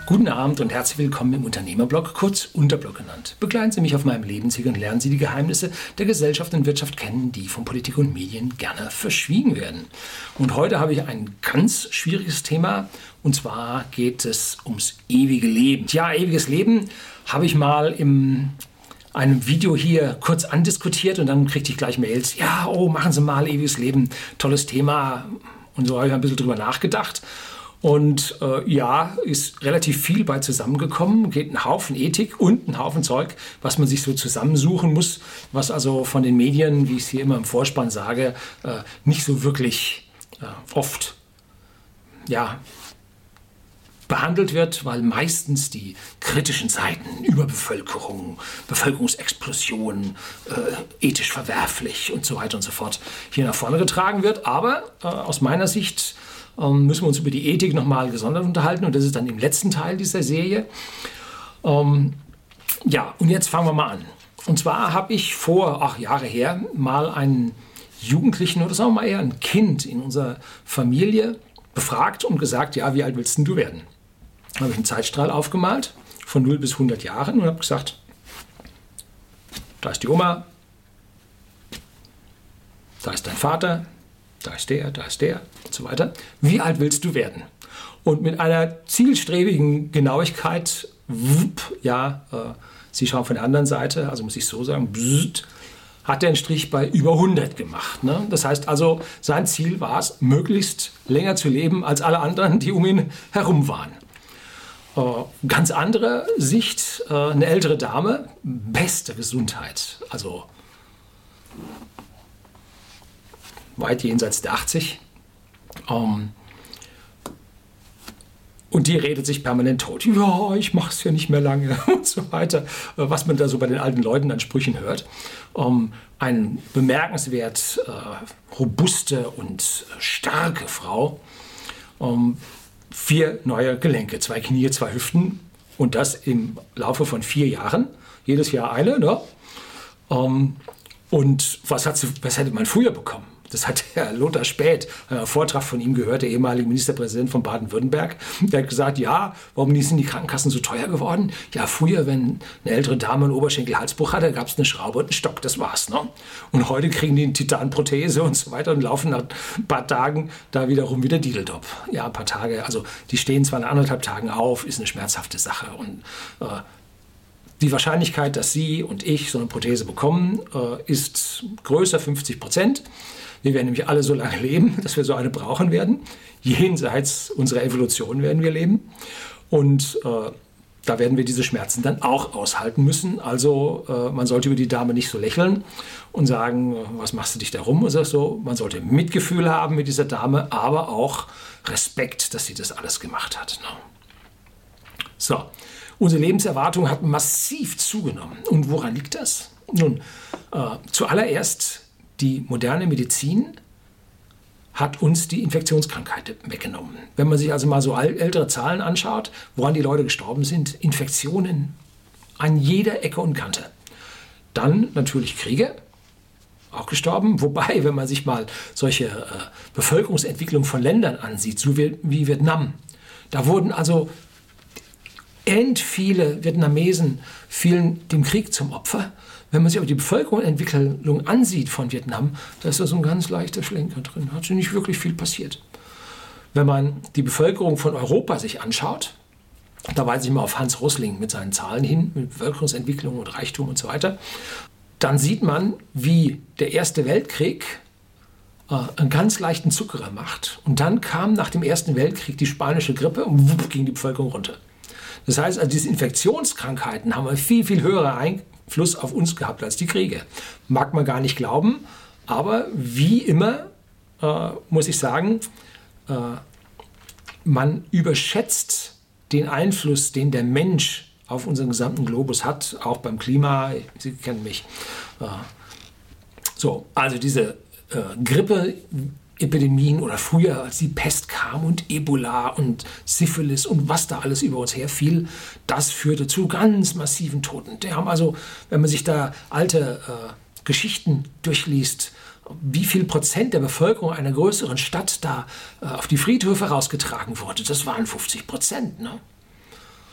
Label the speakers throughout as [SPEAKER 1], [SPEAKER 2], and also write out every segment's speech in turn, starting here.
[SPEAKER 1] Guten Abend und herzlich willkommen im Unternehmerblog, kurz Unterblog genannt. Begleiten Sie mich auf meinem Lebensweg und lernen Sie die Geheimnisse der Gesellschaft und Wirtschaft kennen, die von Politik und Medien gerne verschwiegen werden. Und heute habe ich ein ganz schwieriges Thema, und zwar geht es ums ewige Leben. Tja, ewiges Leben habe ich mal in einem Video hier kurz andiskutiert und dann kriegte ich gleich Mails. Ja, machen Sie mal ewiges Leben, tolles Thema. Und so habe ich ein bisschen drüber nachgedacht. Und ist relativ viel bei zusammengekommen, geht ein Haufen Ethik und ein Haufen Zeug, was man sich so zusammensuchen muss, was also von den Medien, wie ich es hier immer im Vorspann sage, nicht so wirklich oft behandelt wird, weil meistens die kritischen Seiten, Überbevölkerung, Bevölkerungsexplosion, ethisch verwerflich und so weiter und so fort hier nach vorne getragen wird. Aber aus meiner Sicht müssen wir uns über die Ethik nochmal gesondert unterhalten und das ist dann im letzten Teil dieser Serie. Und jetzt fangen wir mal an. Und zwar habe ich vor Jahre her mal einen Jugendlichen oder sagen wir mal eher ein Kind in unserer Familie befragt und gesagt, ja, wie alt willst denn du werden? Da habe ich einen Zeitstrahl aufgemalt von 0 bis 100 Jahren und habe gesagt, da ist die Oma, da ist dein Vater, da ist der und so weiter. Wie alt willst du werden? Und mit einer zielstrebigen Genauigkeit, Sie schauen von der anderen Seite, also muss ich so sagen, hat er einen Strich bei über 100 gemacht. Ne? Das heißt also, sein Ziel war es, möglichst länger zu leben als alle anderen, die um ihn herum waren. Ganz andere Sicht, eine ältere Dame, beste Gesundheit, also weit jenseits der 80. Und die redet sich permanent tot. Ja, ich mache es ja nicht mehr lange und so weiter. Was man da so bei den alten Leuten an Sprüchen hört. Eine bemerkenswert robuste und starke Frau. 4 neue Gelenke, 2 Knie, 2 Hüften. Und das im Laufe von 4 Jahren. Jedes Jahr eine. Ne? Und was hätte man früher bekommen? Das hat Herr Lothar Späth, einen Vortrag von ihm gehört, der ehemalige Ministerpräsident von Baden-Württemberg. Der hat gesagt, ja, warum sind die Krankenkassen so teuer geworden? Ja, früher, wenn eine ältere Dame einen Oberschenkel-Halsbruch hatte, gab es eine Schraube und einen Stock, das war's. Ne? Und heute kriegen die eine Titanprothese und so weiter und laufen nach ein paar Tagen da wiederum wieder Dideldop. Ja, ein paar Tage, also die stehen zwar nach 1,5 Tagen auf, ist eine schmerzhafte Sache. Und die Wahrscheinlichkeit, dass Sie und ich so eine Prothese bekommen, ist größer 50%. Wir werden nämlich alle so lange leben, dass wir so eine brauchen werden. Jenseits unserer Evolution werden wir leben. Und da werden wir diese Schmerzen dann auch aushalten müssen. Also man sollte über die Dame nicht so lächeln und sagen, was machst du dich da rum? Oder so. Man sollte Mitgefühl haben mit dieser Dame, aber auch Respekt, dass sie das alles gemacht hat. Ne? So, unsere Lebenserwartung hat massiv zugenommen. Und woran liegt das? Nun, zuallererst die moderne Medizin hat uns die Infektionskrankheit weggenommen. Wenn man sich also mal so ältere Zahlen anschaut, woran die Leute gestorben sind, Infektionen an jeder Ecke und Kante. Dann natürlich Kriege, auch gestorben. Wobei, wenn man sich mal solche Bevölkerungsentwicklung von Ländern ansieht, so wie Vietnam, da wurden also viele Vietnamesen fielen dem Krieg zum Opfer. Wenn man sich aber die Bevölkerungsentwicklung ansieht von Vietnam, da ist da so ein ganz leichter Schlenker drin. Hat schon nicht wirklich viel passiert. Wenn man die Bevölkerung von Europa sich anschaut, da weise ich mal auf Hans Rosling mit seinen Zahlen hin, mit Bevölkerungsentwicklung und Reichtum und so weiter, dann sieht man, wie der Erste Weltkrieg einen ganz leichten Zuckerer macht. Und dann kam nach dem Ersten Weltkrieg die spanische Grippe und wupp, ging die Bevölkerung runter. Das heißt, also diese Infektionskrankheiten haben einen viel, viel höheren Einfluss auf uns gehabt als die Kriege. Mag man gar nicht glauben, aber wie immer muss ich sagen, man überschätzt den Einfluss, den der Mensch auf unseren gesamten Globus hat, auch beim Klima. Sie kennen mich. Also diese Grippeepidemien oder früher, als die Pest kam und Ebola und Syphilis und was da alles über uns herfiel, das führte zu ganz massiven Toten. Die haben also, wenn man sich da alte Geschichten durchliest, wie viel Prozent der Bevölkerung einer größeren Stadt da auf die Friedhöfe rausgetragen wurde, das waren 50%. Ne?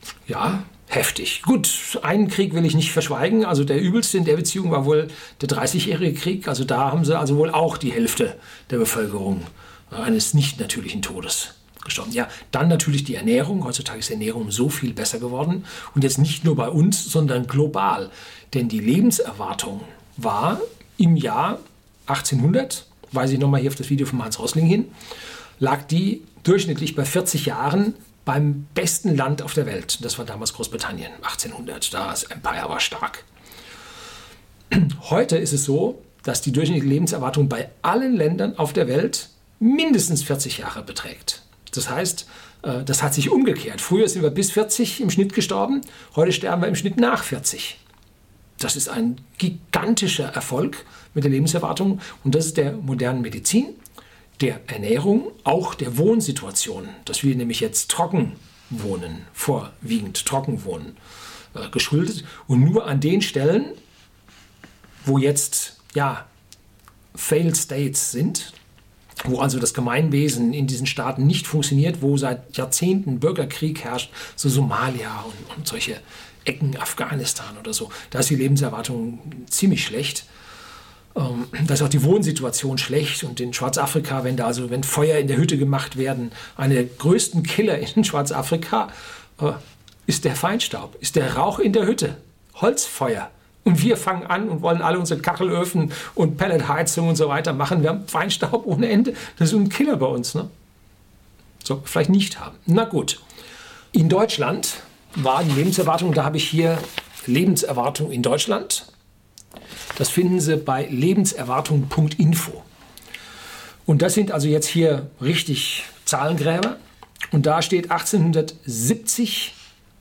[SPEAKER 1] Ja, heftig. Gut, einen Krieg will ich nicht verschweigen. Also der übelste in der Beziehung war wohl der 30-jährige Krieg. Also da haben sie also wohl auch die Hälfte der Bevölkerung eines nicht natürlichen Todes gestorben. Ja, dann natürlich die Ernährung. Heutzutage ist die Ernährung so viel besser geworden. Und jetzt nicht nur bei uns, sondern global. Denn die Lebenserwartung war im Jahr 1800, weise ich nochmal hier auf das Video von Hans Rosling hin, lag die durchschnittlich bei 40 Jahren beim besten Land auf der Welt. Das war damals Großbritannien, 1800. Das Empire war stark. Heute ist es so, dass die durchschnittliche Lebenserwartung bei allen Ländern auf der Welt mindestens 40 Jahre beträgt. Das heißt, das hat sich umgekehrt. Früher sind wir bis 40 im Schnitt gestorben, heute sterben wir im Schnitt nach 40. Das ist ein gigantischer Erfolg mit der Lebenserwartung und das ist der modernen Medizin, der Ernährung, auch der Wohnsituation, dass wir nämlich jetzt trocken wohnen, vorwiegend trocken wohnen, geschuldet. Und nur an den Stellen, wo jetzt Failed States sind, wo also das Gemeinwesen in diesen Staaten nicht funktioniert, wo seit Jahrzehnten Bürgerkrieg herrscht, so Somalia und solche Ecken, Afghanistan oder so, da ist die Lebenserwartung ziemlich schlecht. Da ist auch die Wohnsituation schlecht und in Schwarzafrika, wenn Feuer in der Hütte gemacht werden, eine der größten Killer in Schwarzafrika ist der Feinstaub, ist der Rauch in der Hütte, Holzfeuer. Und wir fangen an und wollen alle unsere Kachelöfen und Pelletheizung und so weiter machen. Wir haben Feinstaub ohne Ende. Das ist ein Killer bei uns. Ne? So, vielleicht nicht haben. Na gut. In Deutschland war die Lebenserwartung, da habe ich hier Lebenserwartung in Deutschland. Das finden Sie bei lebenserwartung.info. Und das sind also jetzt hier richtig Zahlengräber. Und da steht 1871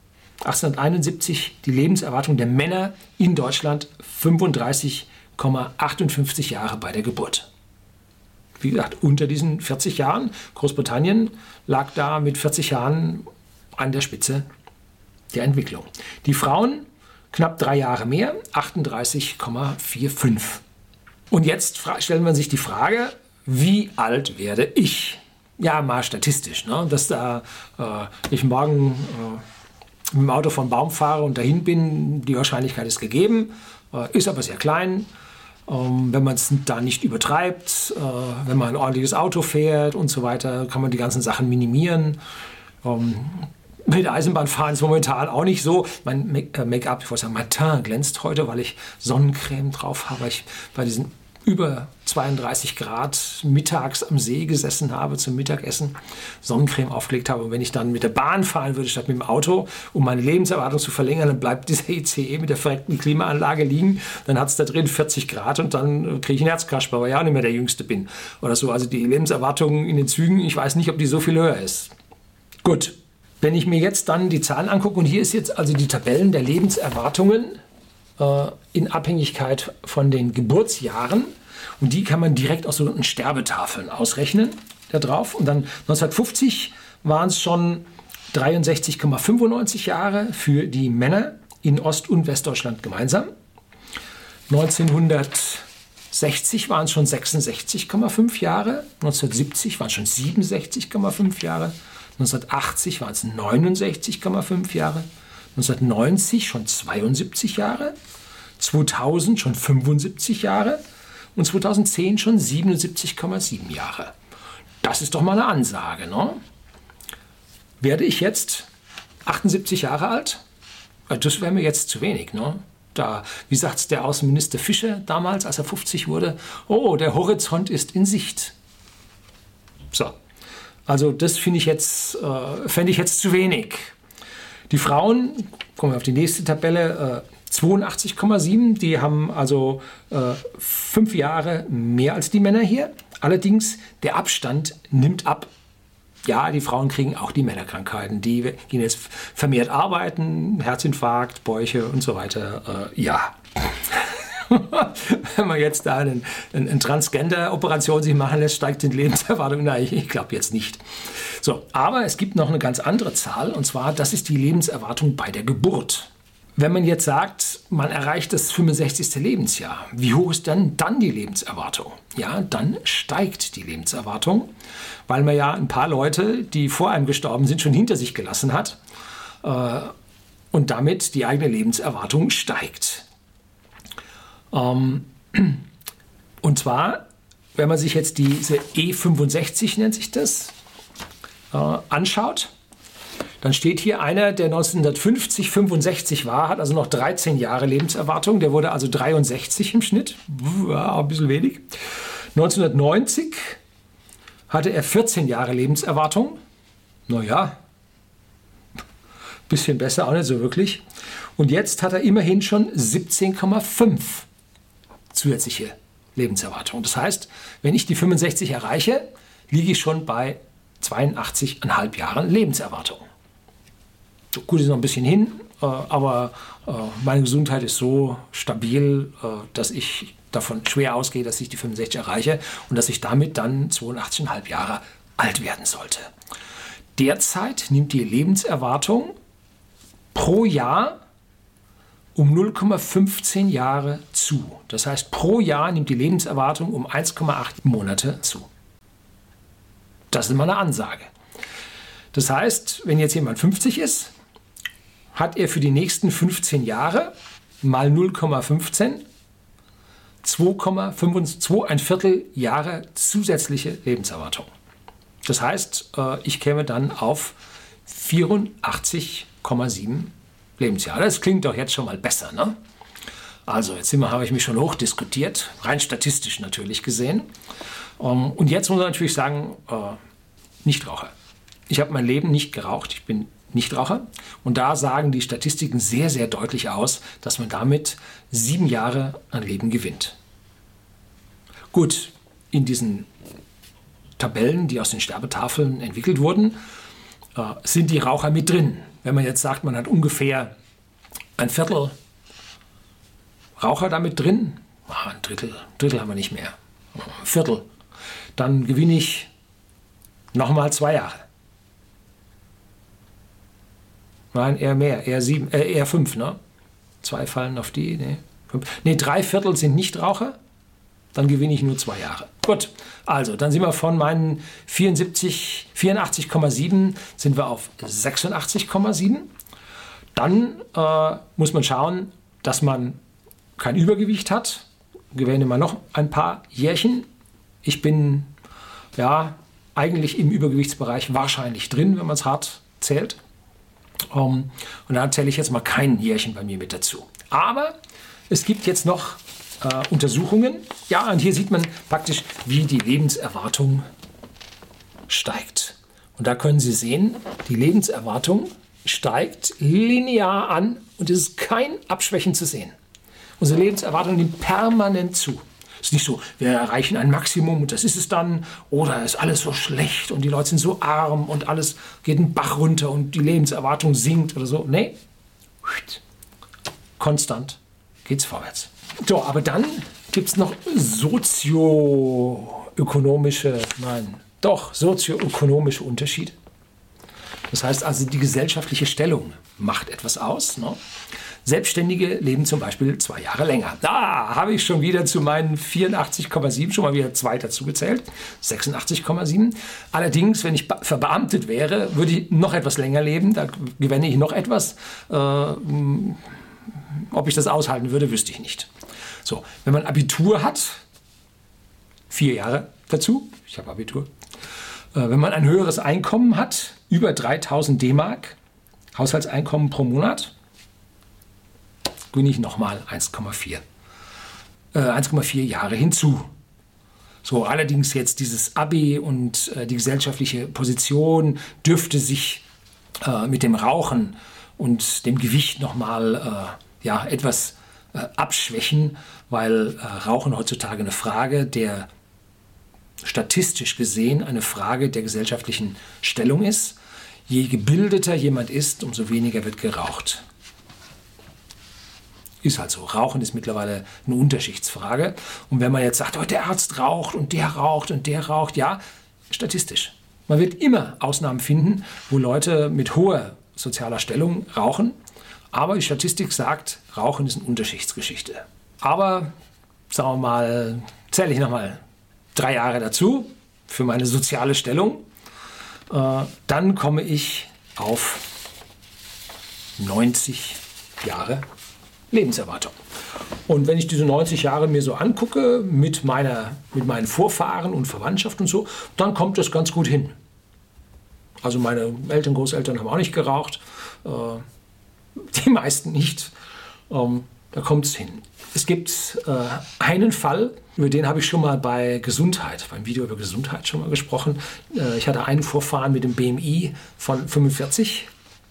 [SPEAKER 1] die Lebenserwartung der Männer in Deutschland 35,58 Jahre bei der Geburt. Wie gesagt, unter diesen 40 Jahren. Großbritannien lag da mit 40 Jahren an der Spitze der Entwicklung. Die Frauen knapp 3 Jahre mehr, 38,45. Und jetzt stellen wir sich die Frage, wie alt werde ich? Ja, mal statistisch, ne? Dass da ich morgen mit dem Auto vom Baum fahre und dahin bin, die Wahrscheinlichkeit ist gegeben, ist aber sehr klein. Wenn man es da nicht übertreibt, wenn man ein ordentliches Auto fährt und so weiter, kann man die ganzen Sachen minimieren. Mit der Eisenbahn fahren ist momentan auch nicht so. Mein Make-up, ich wollte sagen, mein Teint glänzt heute, weil ich Sonnencreme drauf habe. Ich bei diesen über 32 Grad mittags am See gesessen habe zum Mittagessen, Sonnencreme aufgelegt habe. Und wenn ich dann mit der Bahn fahren würde statt mit dem Auto, um meine Lebenserwartung zu verlängern, dann bleibt dieser ICE mit der verreckten Klimaanlage liegen. Dann hat es da drin 40 Grad und dann kriege ich einen Herzkasper, weil ich auch nicht mehr der Jüngste bin. Oder so. Also die Lebenserwartung in den Zügen, ich weiß nicht, ob die so viel höher ist. Gut. Wenn ich mir jetzt dann die Zahlen angucke, und hier ist jetzt also die Tabellen der Lebenserwartungen in Abhängigkeit von den Geburtsjahren, und die kann man direkt aus sogenannten Sterbetafeln ausrechnen da drauf. Und dann 1950 waren es schon 63,95 Jahre für die Männer in Ost- und Westdeutschland gemeinsam. 1960 waren es schon 66,5 Jahre, 1970 waren es schon 67,5 Jahre, 1980 waren es 69,5 Jahre, 1990 schon 72 Jahre, 2000 schon 75 Jahre und 2010 schon 77,7 Jahre. Das ist doch mal eine Ansage, ne? Werde ich jetzt 78 Jahre alt? Das wäre mir jetzt zu wenig, ne? Da, wie sagt es der Außenminister Fischer damals, als er 50 wurde? Oh, der Horizont ist in Sicht. So. Also das fände ich jetzt zu wenig. Die Frauen, kommen wir auf die nächste Tabelle, 82,7, die haben also 5 Jahre mehr als die Männer hier. Allerdings, der Abstand nimmt ab. Ja, die Frauen kriegen auch die Männerkrankheiten. Die gehen jetzt vermehrt arbeiten, Herzinfarkt, Bäuche und so weiter. Ja. Wenn man jetzt da eine Transgender-Operation sich machen lässt, steigt die Lebenserwartung. Nein, ich glaube jetzt nicht. So, aber es gibt noch eine ganz andere Zahl, und zwar, das ist die Lebenserwartung bei der Geburt. Wenn man jetzt sagt, man erreicht das 65. Lebensjahr, wie hoch ist dann die Lebenserwartung? Ja, dann steigt die Lebenserwartung, weil man ja ein paar Leute, die vor einem gestorben sind, schon hinter sich gelassen hat. und damit die eigene Lebenserwartung steigt. Und zwar, wenn man sich jetzt diese E65, nennt sich das, anschaut, dann steht hier einer, der 1950 65 war, hat also noch 13 Jahre Lebenserwartung, der wurde also 63 im Schnitt, ein bisschen wenig. 1990 hatte er 14 Jahre Lebenserwartung, naja, bisschen besser, auch nicht so wirklich. Und jetzt hat er immerhin schon 17,5 zusätzliche Lebenserwartung. Das heißt, wenn ich die 65 erreiche, liege ich schon bei 82,5 Jahren Lebenserwartung. Gut, ist noch ein bisschen hin, aber meine Gesundheit ist so stabil, dass ich davon schwer ausgehe, dass ich die 65 erreiche und dass ich damit dann 82,5 Jahre alt werden sollte. Derzeit nimmt die Lebenserwartung pro Jahr um 0,15 Jahre zu. Das heißt, pro Jahr nimmt die Lebenserwartung um 1,8 Monate zu. Das ist immer eine Ansage. Das heißt, wenn jetzt jemand 50 ist, hat er für die nächsten 15 Jahre mal 0,15 2,25 Jahre zusätzliche Lebenserwartung. Das heißt, ich käme dann auf 84,7 Lebensjahre. Das klingt doch jetzt schon mal besser, ne? Also jetzt habe ich mich schon hochdiskutiert, rein statistisch natürlich gesehen. Und jetzt muss man natürlich sagen, Nichtraucher. Ich habe mein Leben nicht geraucht, ich bin Nichtraucher. Und da sagen die Statistiken sehr, sehr deutlich aus, dass man damit 7 Jahre an Leben gewinnt. Gut, in diesen Tabellen, die aus den Sterbetafeln entwickelt wurden, sind die Raucher mit drin. Wenn man jetzt sagt, man hat ungefähr ein Viertel Raucher damit drin, ein Drittel haben wir nicht mehr, ein Viertel, dann gewinne ich nochmal 2 Jahre. Nein, eher mehr, eher 5, ne? 2 fallen auf die, ne? 5. Ne, 3/4 sind Nichtraucher, dann gewinne ich nur 2 Jahre. Gut, also dann sind wir von meinen 84,7 sind wir auf 86,7. Dann muss man schauen, dass man kein Übergewicht hat. Gewinne mal noch ein paar Jährchen. Ich bin ja eigentlich im Übergewichtsbereich wahrscheinlich drin, wenn man es hart zählt. Und da zähle ich jetzt mal kein Jährchen bei mir mit dazu. Aber es gibt jetzt noch Untersuchungen. Ja, und hier sieht man praktisch, wie die Lebenserwartung steigt. Und da können Sie sehen, die Lebenserwartung steigt linear an und es ist kein Abschwächen zu sehen. Unsere Lebenserwartung nimmt permanent zu. Es ist nicht so, wir erreichen ein Maximum und das ist es dann, oder ist alles so schlecht und die Leute sind so arm und alles geht einen Bach runter und die Lebenserwartung sinkt oder so. Nee, konstant geht's vorwärts. So, aber dann gibt es noch sozioökonomische Unterschiede. Das heißt also, die gesellschaftliche Stellung macht etwas aus. Ne? Selbstständige leben zum Beispiel 2 Jahre länger. Da habe ich schon wieder zu meinen 84,7 schon mal wieder 2 dazu gezählt. 86,7. Allerdings, wenn ich verbeamtet wäre, würde ich noch etwas länger leben. Da gewinne ich noch etwas. Ob ich das aushalten würde, wüsste ich nicht. So, wenn man Abitur hat, 4 Jahre dazu. Ich habe Abitur. Wenn man ein höheres Einkommen hat, über 3000 D-Mark, Haushaltseinkommen pro Monat, gewinne ich nochmal 1,4 Jahre hinzu. So, allerdings jetzt dieses Abi und die gesellschaftliche Position dürfte sich mit dem Rauchen und dem Gewicht nochmal etwas abschwächen, weil Rauchen heutzutage statistisch gesehen eine Frage der gesellschaftlichen Stellung ist. Je gebildeter jemand ist, umso weniger wird geraucht. Ist halt so. Rauchen ist mittlerweile eine Unterschichtsfrage. Und wenn man jetzt sagt, oh, der Arzt raucht und der raucht und der raucht, ja, statistisch. Man wird immer Ausnahmen finden, wo Leute mit hoher sozialer Stellung rauchen. Aber die Statistik sagt, Rauchen ist eine Unterschichtsgeschichte. Aber, sagen wir mal, zähle ich nochmal 3 Jahre dazu für meine soziale Stellung. Dann komme ich auf 90 Jahre Lebenserwartung. Und wenn ich diese 90 Jahre mir so angucke, mit meinen Vorfahren und Verwandtschaft und so, dann kommt das ganz gut hin. Also meine Eltern, Großeltern haben auch nicht geraucht, die meisten nicht. Da kommt es hin. Es gibt einen Fall, über den habe ich schon mal beim Video über Gesundheit schon mal gesprochen. Ich hatte einen Vorfahren mit dem BMI von 45.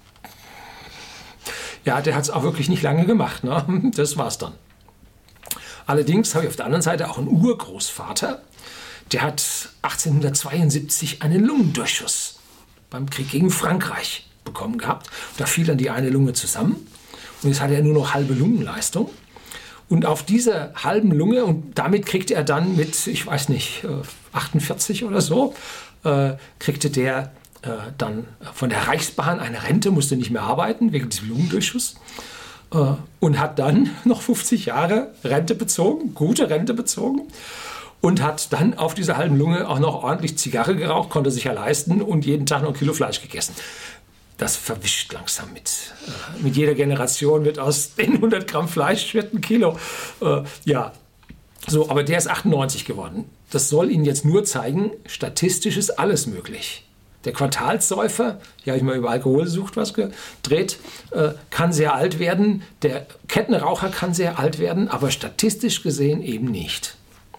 [SPEAKER 1] Ja, der hat es auch wirklich nicht lange gemacht. Ne? Das war's dann. Allerdings habe ich auf der anderen Seite auch einen Urgroßvater, der hat 1872 einen Lungendurchschuss beim Krieg gegen Frankreich bekommen gehabt. Da fiel dann die eine Lunge zusammen und jetzt hat er nur noch halbe Lungenleistung. Und auf dieser halben Lunge, und damit kriegte er dann mit, ich weiß nicht, 48 oder so, kriegte der dann von der Reichsbahn eine Rente, musste nicht mehr arbeiten wegen diesem Lungendurchschuss und hat dann noch 50 Jahre Rente bezogen, gute Rente bezogen und hat dann auf dieser halben Lunge auch noch ordentlich Zigarre geraucht, konnte sich ja leisten und jeden Tag noch ein Kilo Fleisch gegessen. Das verwischt langsam mit jeder Generation wird aus den 100 Gramm Fleisch wird ein Kilo. Ja, so, aber der ist 98 geworden. Das soll Ihnen jetzt nur zeigen, statistisch ist alles möglich. Der Quartalssäufer, hier habe ich mal über Alkoholsucht was gedreht, kann sehr alt werden. Der Kettenraucher kann sehr alt werden, aber statistisch gesehen eben nicht.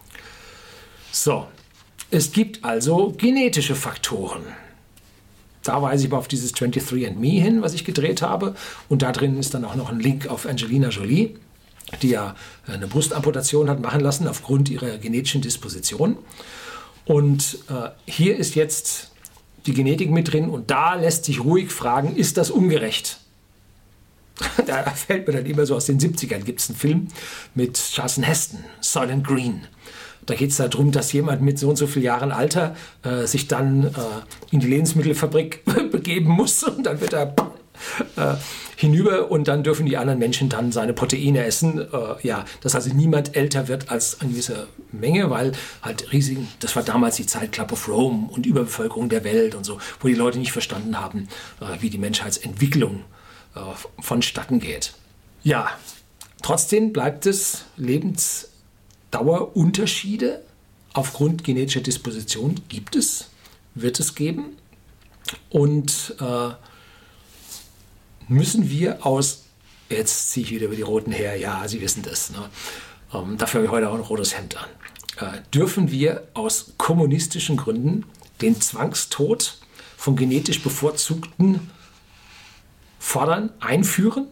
[SPEAKER 1] So, es gibt also genetische Faktoren. Da weise ich mal auf dieses 23andMe hin, was ich gedreht habe. Und da drin ist dann auch noch ein Link auf Angelina Jolie, die ja eine Brustamputation hat machen lassen aufgrund ihrer genetischen Disposition. Und hier ist jetzt die Genetik mit drin und da lässt sich ruhig fragen, ist das ungerecht? Da fällt mir dann immer so aus den 70ern, gibt es einen Film mit Charlton Heston, Soylent Green. Da geht es darum, dass jemand mit so und so vielen Jahren Alter sich dann in die Lebensmittelfabrik begeben muss und dann wird er hinüber und dann dürfen die anderen Menschen dann seine Proteine essen. Ja, dass also niemand älter wird als eine gewisse Menge, weil halt riesig, das war damals die Zeit Club of Rome und Überbevölkerung der Welt und so, wo die Leute nicht verstanden haben, wie die Menschheitsentwicklung vonstatten geht. Ja, trotzdem bleibt es Lebensdauerunterschiede aufgrund genetischer Disposition wird es geben und müssen wir jetzt ziehe ich wieder über die Roten her, ja, Sie wissen das, ne? Dafür habe ich heute auch ein rotes Hemd an, dürfen wir aus kommunistischen Gründen den Zwangstod von genetisch Bevorzugten einführen?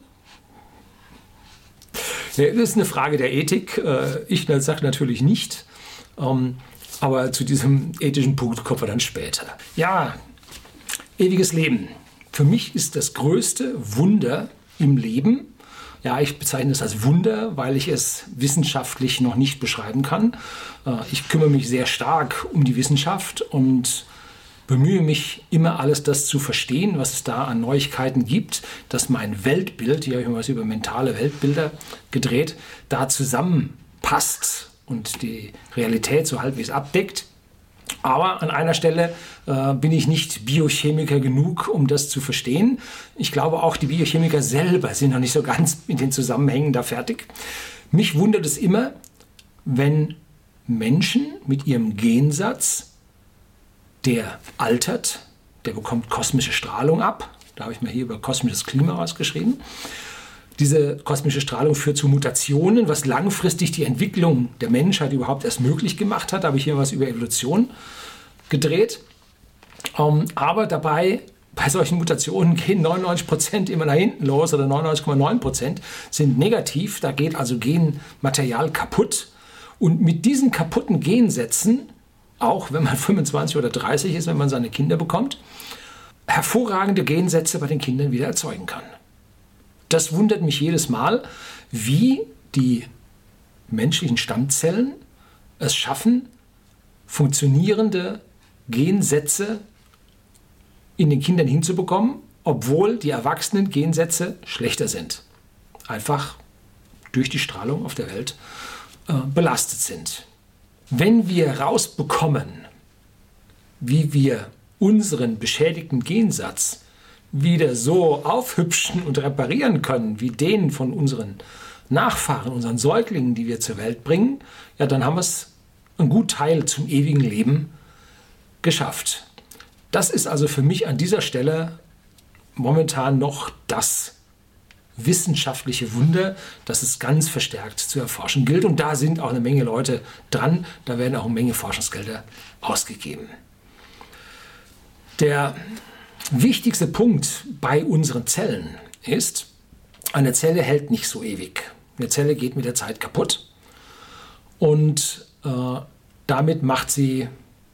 [SPEAKER 1] Das ist eine Frage der Ethik. Ich sage natürlich nicht, aber zu diesem ethischen Punkt kommen wir dann später. Ja, ewiges Leben. Für mich ist das größte Wunder im Leben, ja, ich bezeichne es als Wunder, weil ich es wissenschaftlich noch nicht beschreiben kann. Ich kümmere mich sehr stark um die Wissenschaft und bemühe mich immer, alles das zu verstehen, was es da an Neuigkeiten gibt, dass mein Weltbild, hier habe ich mal was über mentale Weltbilder gedreht, da zusammenpasst und die Realität so halbwegs abdeckt. Aber an einer Stelle bin ich nicht Biochemiker genug, um das zu verstehen. Ich glaube, auch die Biochemiker selber sind noch nicht so ganz mit den Zusammenhängen da fertig. Mich wundert es immer, wenn Menschen mit ihrem Gensatz, der altert, der bekommt kosmische Strahlung ab. Da habe ich mir hier über kosmisches Klima was geschrieben. Diese kosmische Strahlung führt zu Mutationen, was langfristig die Entwicklung der Menschheit überhaupt erst möglich gemacht hat. Da habe ich hier was über Evolution gedreht. Aber dabei, bei solchen Mutationen gehen 99% immer nach hinten los oder 99,9% sind negativ. Da geht also Genmaterial kaputt. Und mit diesen kaputten Gensätzen, auch wenn man 25 oder 30 ist, wenn man seine Kinder bekommt, hervorragende Gensätze bei den Kindern wieder erzeugen kann. Das wundert mich jedes Mal, wie die menschlichen Stammzellen es schaffen, funktionierende Gensätze in den Kindern hinzubekommen, obwohl die erwachsenen Gensätze schlechter sind. Einfach durch die Strahlung auf der Welt belastet sind. Wenn wir rausbekommen, wie wir unseren beschädigten Gensatz wieder so aufhübschen und reparieren können, wie den von unseren Nachfahren, unseren Säuglingen, die wir zur Welt bringen, ja, dann haben wir es einen guten Teil zum ewigen Leben geschafft. Das ist also für mich an dieser Stelle momentan noch das wissenschaftliche Wunder, das es ganz verstärkt zu erforschen gilt. Und da sind auch eine Menge Leute dran, da werden auch eine Menge Forschungsgelder ausgegeben. Der wichtigste Punkt bei unseren Zellen ist, eine Zelle hält nicht so ewig. Eine Zelle geht mit der Zeit kaputt und damit macht sie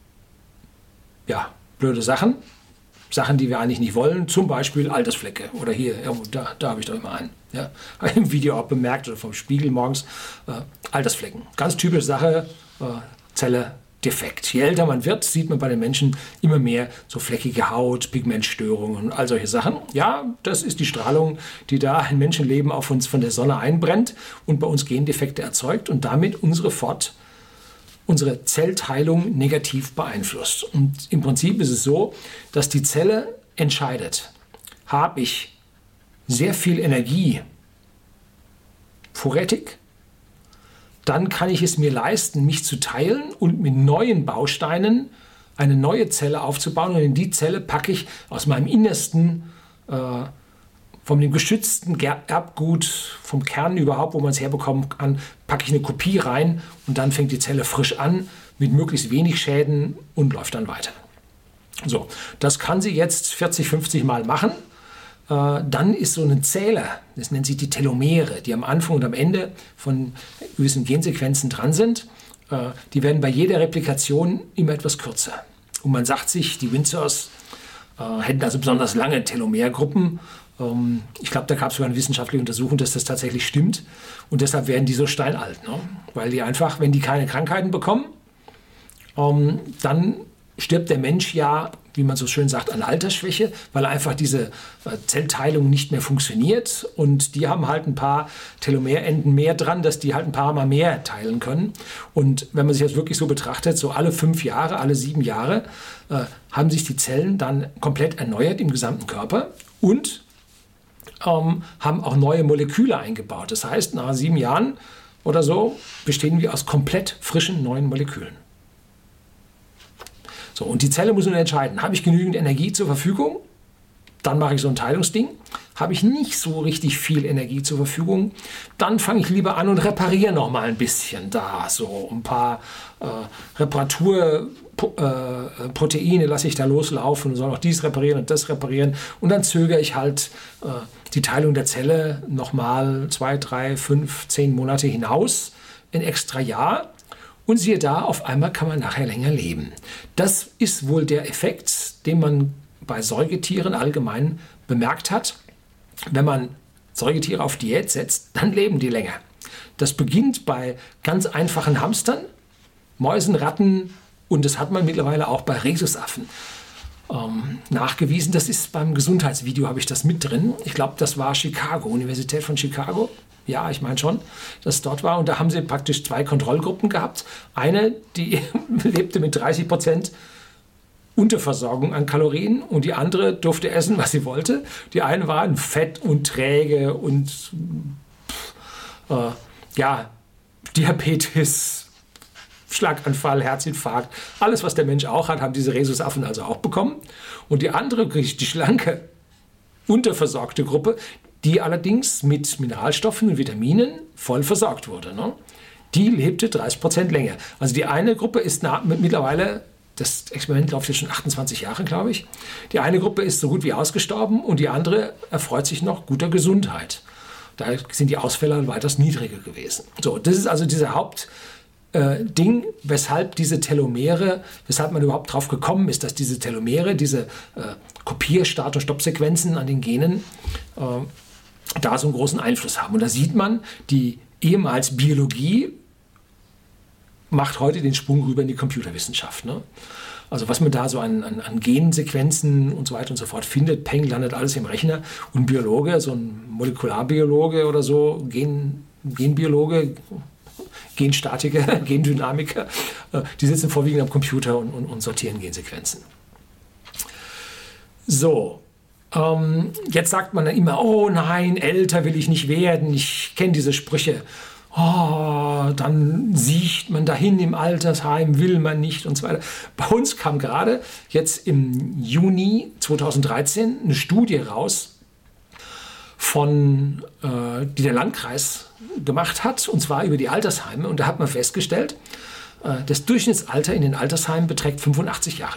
[SPEAKER 1] blöde Sachen, die wir eigentlich nicht wollen, zum Beispiel Altersflecke oder hier, da habe ich doch immer einen. Ja. Habe ich im Video auch bemerkt oder vom Spiegel morgens, Altersflecken. Ganz typische Sache, Zelle defekt. Je älter man wird, sieht man bei den Menschen immer mehr so fleckige Haut, Pigmentstörungen und all solche Sachen. Ja, das ist die Strahlung, die da ein Menschenleben auf uns von der Sonne einbrennt und bei uns Gendefekte erzeugt und damit unsere Zellteilung negativ beeinflusst. Und im Prinzip ist es so, dass die Zelle entscheidet, habe ich sehr viel Energie vorrätig, dann kann ich es mir leisten, mich zu teilen und mit neuen Bausteinen eine neue Zelle aufzubauen. Und in die Zelle packe ich aus meinem Innersten, von dem geschützten Erbgut, vom Kern überhaupt, wo man es herbekommen kann, packe ich eine Kopie rein und dann fängt die Zelle frisch an, mit möglichst wenig Schäden und läuft dann weiter. So, das kann sie jetzt 40, 50 Mal machen. Dann ist so ein Zähler, das nennt sich die Telomere, die am Anfang und am Ende von gewissen Gensequenzen dran sind. Die werden bei jeder Replikation immer etwas kürzer. Und man sagt sich, die Windsors hätten also besonders lange Telomergruppen. Ich glaube, da gab es sogar eine wissenschaftliche Untersuchung, dass das tatsächlich stimmt. Und deshalb werden die so steinalt. Ne? Weil die einfach, wenn die keine Krankheiten bekommen, dann stirbt der Mensch ja, wie man so schön sagt, an Altersschwäche, weil einfach diese Zellteilung nicht mehr funktioniert. Und die haben halt ein paar Telomerenden mehr dran, dass die halt ein paar Mal mehr teilen können. Und wenn man sich das wirklich so betrachtet, so alle 5 Jahre, alle 7 Jahre, haben sich die Zellen dann komplett erneuert im gesamten Körper und haben auch neue Moleküle eingebaut. Das heißt, nach 7 Jahren oder so bestehen wir aus komplett frischen neuen Molekülen. So, und die Zelle muss nun entscheiden, habe ich genügend Energie zur Verfügung? Dann mache ich so ein Teilungsding. Habe ich nicht so richtig viel Energie zur Verfügung? Dann fange ich lieber an und repariere noch mal ein bisschen da. So ein paar Reparaturproteine lasse ich da loslaufen und soll auch dies reparieren und das reparieren. Und dann zögere ich halt die Teilung der Zelle noch mal 2, 3, 5, 10 Monate hinaus, ein extra Jahr. Und siehe da, auf einmal kann man nachher länger leben. Das ist wohl der Effekt, den man bei Säugetieren allgemein bemerkt hat. Wenn man Säugetiere auf Diät setzt, dann leben die länger. Das beginnt bei ganz einfachen Hamstern, Mäusen, Ratten und das hat man mittlerweile auch bei Rhesusaffen nachgewiesen. Das ist beim Gesundheitsvideo, habe ich das mit drin. Ich glaube, das war Chicago, Universität von Chicago. Ja, ich meine schon, dass es dort war. Und da haben sie praktisch 2 Kontrollgruppen gehabt. Eine, die lebte mit 30% Unterversorgung an Kalorien und die andere durfte essen, was sie wollte. Die eine waren fett und träge und Diabetes, Schlaganfall, Herzinfarkt, alles, was der Mensch auch hat, haben diese Rhesusaffen also auch bekommen. Und die andere, die schlanke, unterversorgte Gruppe, die allerdings mit Mineralstoffen und Vitaminen voll versorgt wurde. Ne? Die lebte 30% länger. Also die eine Gruppe ist mittlerweile, das Experiment läuft jetzt schon 28 Jahre, glaube ich, die eine Gruppe ist so gut wie ausgestorben und die andere erfreut sich noch guter Gesundheit. Da sind die Ausfälle weitaus niedriger gewesen. So, das ist also dieser Hauptding, weshalb diese Telomere, weshalb man überhaupt drauf gekommen ist, dass diese Telomere, diese Kopier-, Start- und Stoppsequenzen an den Genen da so einen großen Einfluss haben. Und da sieht man, die ehemals Biologie macht heute den Sprung rüber in die Computerwissenschaft. Ne? Also was man da so an Gensequenzen und so weiter und so fort findet, peng, landet alles im Rechner. Und ein Biologe, so ein Molekularbiologe oder so, Genbiologe, Genstatiker, Gendynamiker, die sitzen vorwiegend am Computer und sortieren Gensequenzen. So, Jetzt sagt man dann immer, oh nein, älter will ich nicht werden. Ich kenne diese Sprüche. Oh, dann siecht man dahin im Altersheim, will man nicht und so weiter. Bei uns kam gerade jetzt im Juni 2013 eine Studie raus, die der Landkreis gemacht hat, und zwar über die Altersheime. Und da hat man festgestellt, das Durchschnittsalter in den Altersheimen beträgt 85 Jahre.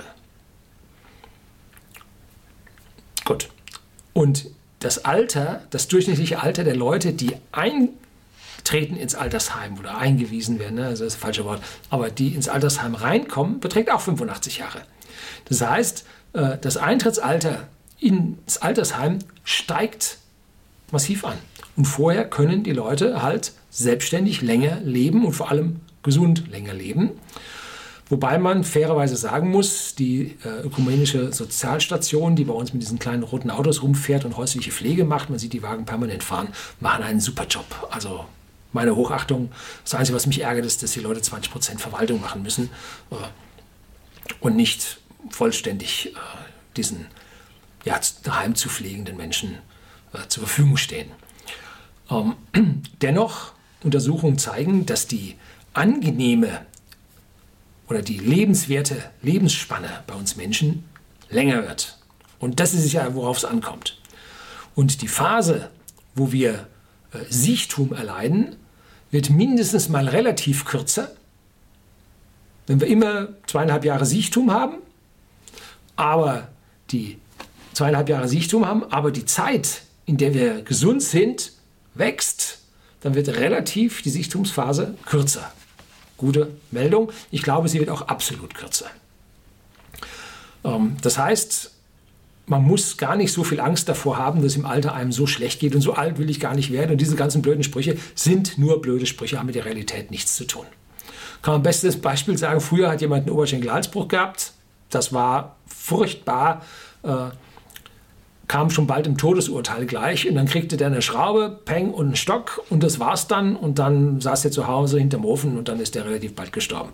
[SPEAKER 1] Gut. Und das durchschnittliche Alter der Leute, die eintreten ins Altersheim oder eingewiesen werden, also das ist das falsche Wort, aber die ins Altersheim reinkommen, beträgt auch 85 Jahre. Das heißt, das Eintrittsalter ins Altersheim steigt massiv an. Und vorher können die Leute halt selbstständig länger leben und vor allem gesund länger leben. Wobei man fairerweise sagen muss, die ökumenische Sozialstation, die bei uns mit diesen kleinen roten Autos rumfährt und häusliche Pflege macht, man sieht die Wagen permanent fahren, machen einen super Job. Also meine Hochachtung. Das Einzige, was mich ärgert, ist, dass die Leute 20% Verwaltung machen müssen und nicht vollständig diesen daheim zu pflegenden Menschen zur Verfügung stehen. Dennoch, Untersuchungen zeigen, dass die angenehme oder die lebenswerte Lebensspanne bei uns Menschen länger wird. Und das ist es ja, worauf es ankommt. Und die Phase, wo wir Siechtum erleiden, wird mindestens mal relativ kürzer, wenn wir immer 2,5 Jahre Siechtum haben, aber die 2,5 Jahre Siechtum haben, aber die Zeit, in der wir gesund sind, wächst, dann wird relativ die Siechtumsphase kürzer. Gute Meldung. Ich glaube, sie wird auch absolut kürzer. Das heißt, man muss gar nicht so viel Angst davor haben, dass im Alter einem so schlecht geht und so alt will ich gar nicht werden. Und diese ganzen blöden Sprüche sind nur blöde Sprüche, haben mit der Realität nichts zu tun. Kann man bestes Beispiel sagen, früher hat jemand einen Oberschenkelhalsbruch gehabt. Das war furchtbar. Kam schon bald im Todesurteil gleich und dann kriegte der eine Schraube, Peng und einen Stock und das war's dann und dann saß er zu Hause hinterm Ofen und dann ist er relativ bald gestorben.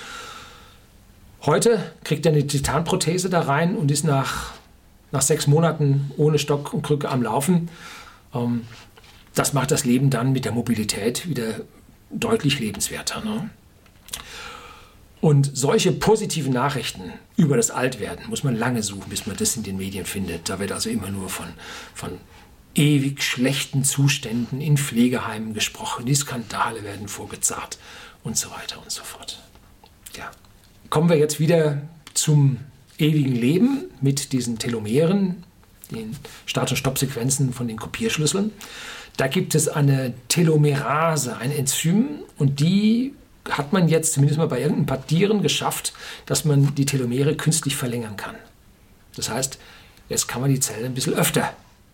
[SPEAKER 1] Heute kriegt er eine Titanprothese da rein und ist nach 6 Monaten ohne Stock und Krücke am Laufen. Das macht das Leben dann mit der Mobilität wieder deutlich lebenswerter. Ne? Und solche positiven Nachrichten über das Altwerden muss man lange suchen, bis man das in den Medien findet. Da wird also immer nur von ewig schlechten Zuständen in Pflegeheimen gesprochen. Die Skandale werden vorgezahlt und so weiter und so fort. Ja. Kommen wir jetzt wieder zum ewigen Leben mit diesen Telomeren, den Start- und Stoppsequenzen von den Kopierschlüsseln. Da gibt es eine Telomerase, ein Enzym, und die hat man jetzt zumindest mal bei irgendeinem paar Tieren geschafft, dass man die Telomere künstlich verlängern kann. Das heißt, jetzt kann man die Zellen ein bisschen öfter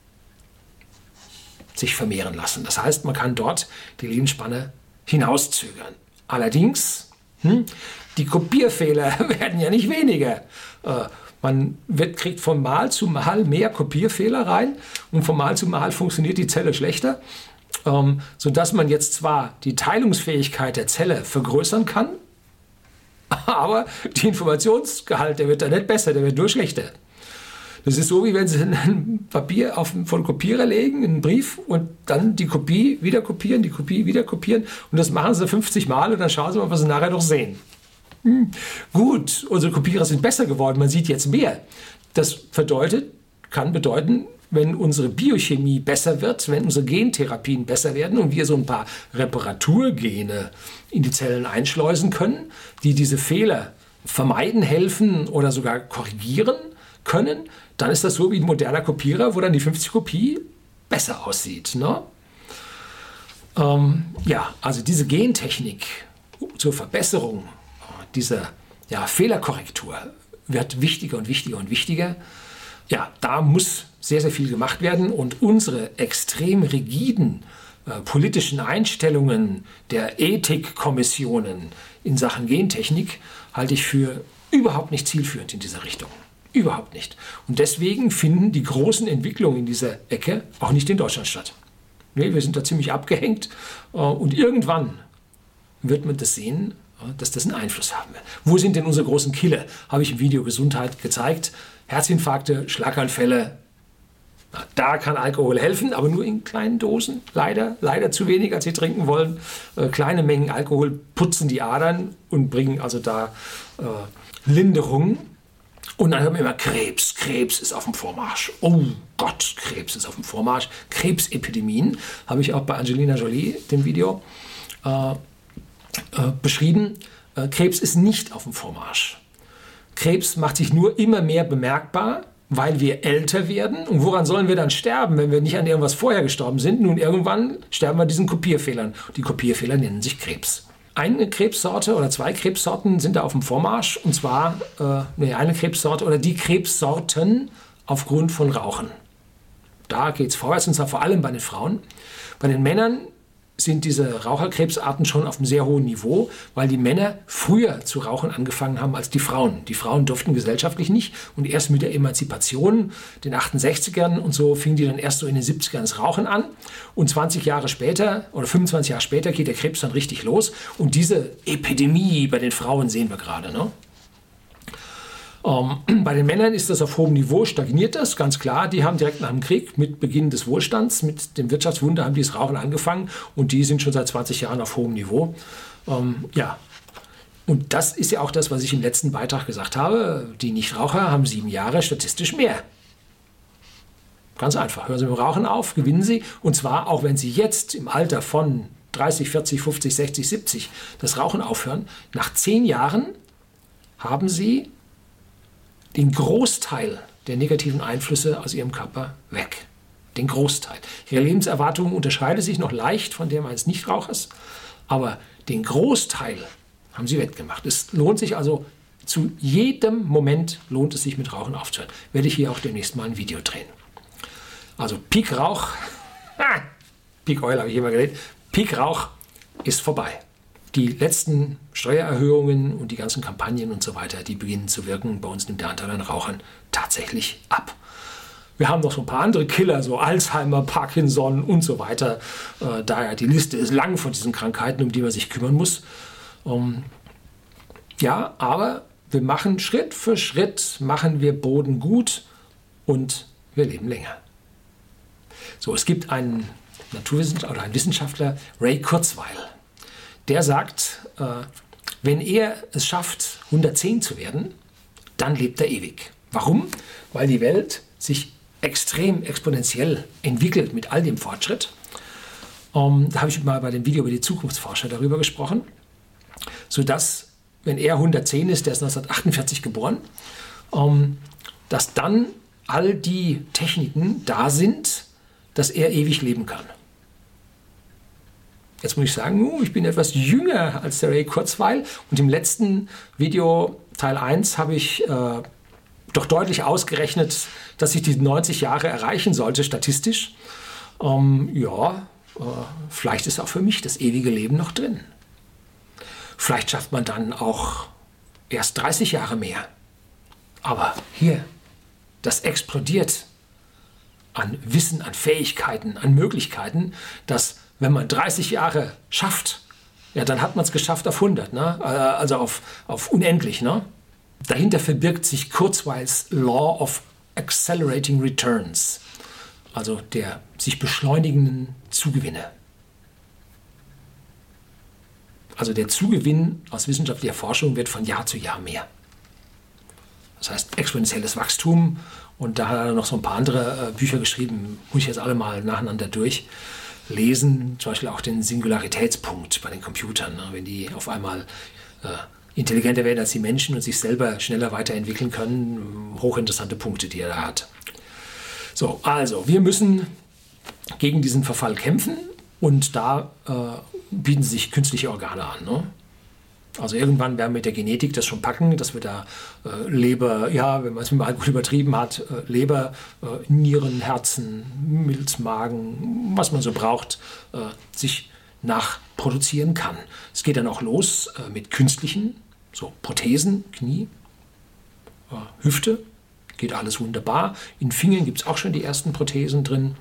[SPEAKER 1] sich vermehren lassen. Das heißt, man kann dort die Lebensspanne hinauszögern. Allerdings, die Kopierfehler werden ja nicht weniger. Man kriegt von Mal zu Mal mehr Kopierfehler rein und von Mal zu Mal funktioniert die Zelle schlechter. Sodass man jetzt zwar die Teilungsfähigkeit der Zelle vergrößern kann, aber der Informationsgehalt, der wird da nicht besser, der wird nur schlechter. Das ist so, wie wenn Sie ein Papier von Kopierer legen, einen Brief, und dann die Kopie wieder kopieren, die Kopie wieder kopieren, und das machen Sie 50 Mal und dann schauen Sie mal, was Sie nachher noch sehen. Gut, unsere Kopierer sind besser geworden, man sieht jetzt mehr. Das kann bedeuten, wenn unsere Biochemie besser wird, wenn unsere Gentherapien besser werden und wir so ein paar Reparaturgene in die Zellen einschleusen können, die diese Fehler vermeiden, helfen oder sogar korrigieren können, dann ist das so wie ein moderner Kopierer, wo dann die 50-Kopie besser aussieht. Ne? Also diese Gentechnik zur Verbesserung dieser Fehlerkorrektur wird wichtiger und wichtiger und wichtiger. Ja, da muss sehr, sehr viel gemacht werden, und unsere extrem rigiden politischen Einstellungen der Ethikkommissionen in Sachen Gentechnik halte ich für überhaupt nicht zielführend in dieser Richtung. Überhaupt nicht. Und deswegen finden die großen Entwicklungen in dieser Ecke auch nicht in Deutschland statt. Nee, wir sind da ziemlich abgehängt, und irgendwann wird man das sehen, dass das einen Einfluss haben wird. Wo sind denn unsere großen Killer? Habe ich im Video Gesundheit gezeigt. Herzinfarkte, Schlaganfälle, Da kann Alkohol helfen, aber nur in kleinen Dosen. Leider zu wenig, als sie trinken wollen. Kleine Mengen Alkohol putzen die Adern und bringen also da Linderung. Und dann hören wir immer Krebs. Krebs ist auf dem Vormarsch. Oh Gott, Krebs ist auf dem Vormarsch. Krebsepidemien habe ich auch bei Angelina Jolie, dem Video, beschrieben. Krebs ist nicht auf dem Vormarsch. Krebs macht sich nur immer mehr bemerkbar, weil wir älter werden. Und woran sollen wir dann sterben, wenn wir nicht an irgendwas vorher gestorben sind? Nun, irgendwann sterben wir an diesen Kopierfehlern. Die Kopierfehler nennen sich Krebs. Eine Krebssorte oder 2 Krebssorten sind da auf dem Vormarsch. Und zwar eine Krebssorte oder die Krebssorten aufgrund von Rauchen. Da geht es vorwärts, und zwar vor allem bei den Frauen. Bei den Männern sind diese Raucherkrebsarten schon auf einem sehr hohen Niveau, weil die Männer früher zu rauchen angefangen haben als die Frauen. Die Frauen durften gesellschaftlich nicht und erst mit der Emanzipation, den 68ern und so, fingen die dann erst so in den 70ern das Rauchen an. Und 20 Jahre später oder 25 Jahre später geht der Krebs dann richtig los. Und diese Epidemie bei den Frauen sehen wir gerade, ne? Bei den Männern ist das auf hohem Niveau, stagniert das, ganz klar. Die haben direkt nach dem Krieg, mit Beginn des Wohlstands, mit dem Wirtschaftswunder, haben die das Rauchen angefangen und die sind schon seit 20 Jahren auf hohem Niveau. Und das ist ja auch das, was ich im letzten Beitrag gesagt habe. Die Nichtraucher haben 7 Jahre statistisch mehr. Ganz einfach. Hören Sie mit dem Rauchen auf, gewinnen Sie. Und zwar auch, wenn Sie jetzt im Alter von 30, 40, 50, 60, 70 das Rauchen aufhören. Nach 10 Jahren haben Sie den Großteil der negativen Einflüsse aus ihrem Körper weg. Den Großteil. Ihre Lebenserwartung unterscheidet sich noch leicht von der eines Nichtrauchers, aber den Großteil haben sie wettgemacht. Es lohnt sich also, zu jedem Moment lohnt es sich mit Rauchen aufzuhören. Werde ich hier auch demnächst mal ein Video drehen. Also Peak Rauch, Peak Oil habe ich immer geredet, Peak Rauch ist vorbei. Die letzten Steuererhöhungen und die ganzen Kampagnen und so weiter, die beginnen zu wirken. Bei uns nimmt der Anteil an Rauchern tatsächlich ab. Wir haben noch so ein paar andere Killer, so Alzheimer, Parkinson und so weiter. Daher die Liste ist lang von diesen Krankheiten, um die man sich kümmern muss. Aber wir machen Schritt für Schritt, machen wir Boden gut und wir leben länger. So, es gibt einen Naturwissenschaftler oder einen Wissenschaftler, Ray Kurzweil. Der sagt, wenn er es schafft, 110 zu werden, dann lebt er ewig. Warum? Weil die Welt sich extrem exponentiell entwickelt mit all dem Fortschritt. Da habe ich mal bei dem Video über die Zukunftsforscher darüber gesprochen, sodass, wenn er 110 ist, der ist 1948 geboren, dass dann all die Techniken da sind, dass er ewig leben kann. Jetzt muss ich sagen, ich bin etwas jünger als der Ray Kurzweil und im letzten Video, Teil 1, habe ich doch deutlich ausgerechnet, dass ich die 90 Jahre erreichen sollte, statistisch. Vielleicht ist auch für mich das ewige Leben noch drin. Vielleicht schafft man dann auch erst 30 Jahre mehr. Aber hier, das explodiert an Wissen, an Fähigkeiten, an Möglichkeiten, dass, wenn man 30 Jahre schafft, ja, dann hat man es geschafft auf 100, ne? Also auf unendlich. Ne? Dahinter verbirgt sich Kurzweils Law of Accelerating Returns, also der sich beschleunigenden Zugewinne. Also der Zugewinn aus wissenschaftlicher Forschung wird von Jahr zu Jahr mehr. Das heißt exponentielles Wachstum, und da hat er noch so ein paar andere Bücher geschrieben, muss ich jetzt alle mal nacheinander durchlesen, zum Beispiel auch den Singularitätspunkt bei den Computern, ne? Wenn die auf einmal intelligenter werden als die Menschen und sich selber schneller weiterentwickeln können, hochinteressante Punkte, die er da hat. So, also wir müssen gegen diesen Verfall kämpfen, und da bieten sich künstliche Organe an. Ne? Also irgendwann werden wir mit der Genetik das schon packen, dass wir da Leber, ja, wenn man es mit dem Alkohol übertrieben hat, Leber, Nieren, Herzen, Milz, Magen, was man so braucht, sich nachproduzieren kann. Es geht dann auch los mit künstlichen, so Prothesen, Knie, Hüfte, geht alles wunderbar. In Fingern gibt es auch schon die ersten Prothesen drin.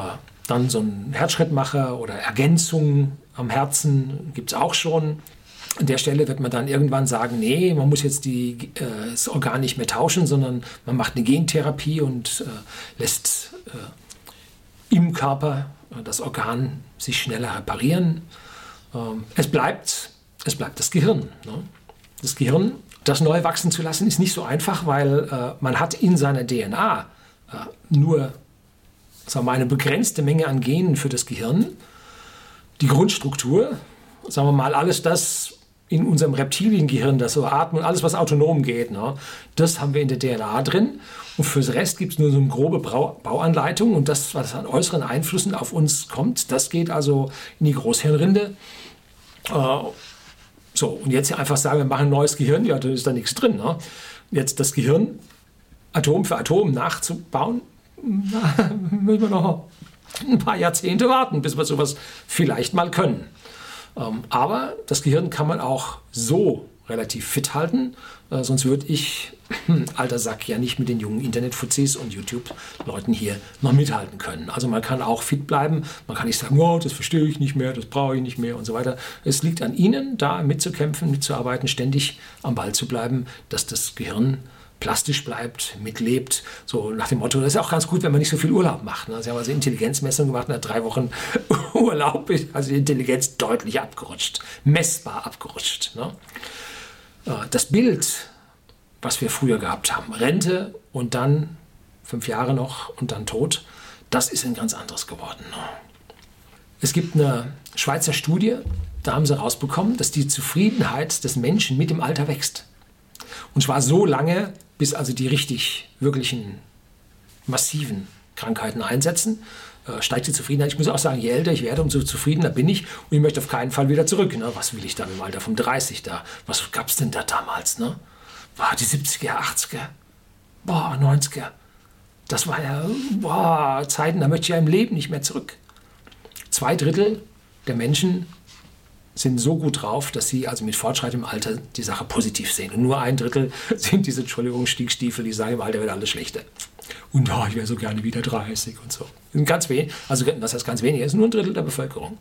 [SPEAKER 1] Dann so ein Herzschrittmacher oder Ergänzung am Herzen gibt es auch schon. An der Stelle wird man dann irgendwann sagen, nee, man muss jetzt das Organ nicht mehr tauschen, sondern man macht eine Gentherapie und lässt im Körper das Organ sich schneller reparieren. Es bleibt das Gehirn. Ne? Das Gehirn, das neu wachsen zu lassen, ist nicht so einfach, weil man hat in seiner DNA nur eine begrenzte Menge an Genen für das Gehirn. Die Grundstruktur, sagen wir mal, alles das in unserem Reptiliengehirn, das so atmet, alles, was autonom geht, ne, das haben wir in der DNA drin. Und fürs Rest gibt es nur so eine grobe Bauanleitung. Und das, was an äußeren Einflüssen auf uns kommt, das geht also in die Großhirnrinde. Und jetzt einfach sagen, wir machen ein neues Gehirn, ja, da ist da nichts drin. Ne? Jetzt das Gehirn Atom für Atom nachzubauen, müssen wir noch ein paar Jahrzehnte warten, bis wir sowas vielleicht mal können. Aber das Gehirn kann man auch so relativ fit halten, sonst würde ich, alter Sack, ja nicht mit den jungen Internetfuzis und YouTube-Leuten hier noch mithalten können. Also man kann auch fit bleiben, man kann nicht sagen, oh, das verstehe ich nicht mehr, das brauche ich nicht mehr und so weiter. Es liegt an Ihnen, da mitzukämpfen, mitzuarbeiten, ständig am Ball zu bleiben, dass das Gehirn plastisch bleibt, mitlebt, so nach dem Motto, das ist auch ganz gut, wenn man nicht so viel Urlaub macht. Ne? Sie haben also Intelligenzmessungen gemacht, nach 3 Wochen Urlaub ist also die Intelligenz deutlich abgerutscht, messbar abgerutscht. Ne? Das Bild, was wir früher gehabt haben, Rente und dann 5 Jahre noch und dann Tod, das ist ein ganz anderes geworden. Ne? Es gibt eine Schweizer Studie, da haben sie rausbekommen, dass die Zufriedenheit des Menschen mit dem Alter wächst. Und zwar so lange, bis also die wirklichen, massiven Krankheiten einsetzen, steigt die Zufriedenheit. Ich muss auch sagen, je älter ich werde, umso zufriedener bin ich. Und ich möchte auf keinen Fall wieder zurück. Ne? Was will ich dann im Alter von 30 da? Was gab es denn da damals? Ne? Die 70er, 80er, 90er. Das war ja Zeiten, da möchte ich ja im Leben nicht mehr zurück. 2/3 der Menschen sind so gut drauf, dass sie also mit fortschreitendem Alter die Sache positiv sehen. Und nur 1/3 sind diese, Stinkstiefel, die sagen, im Alter wird alles schlechter. Und ich wäre so gerne wieder 30 und so. Ganz wenig, also was heißt ganz wenig, ist nur 1/3 der Bevölkerung.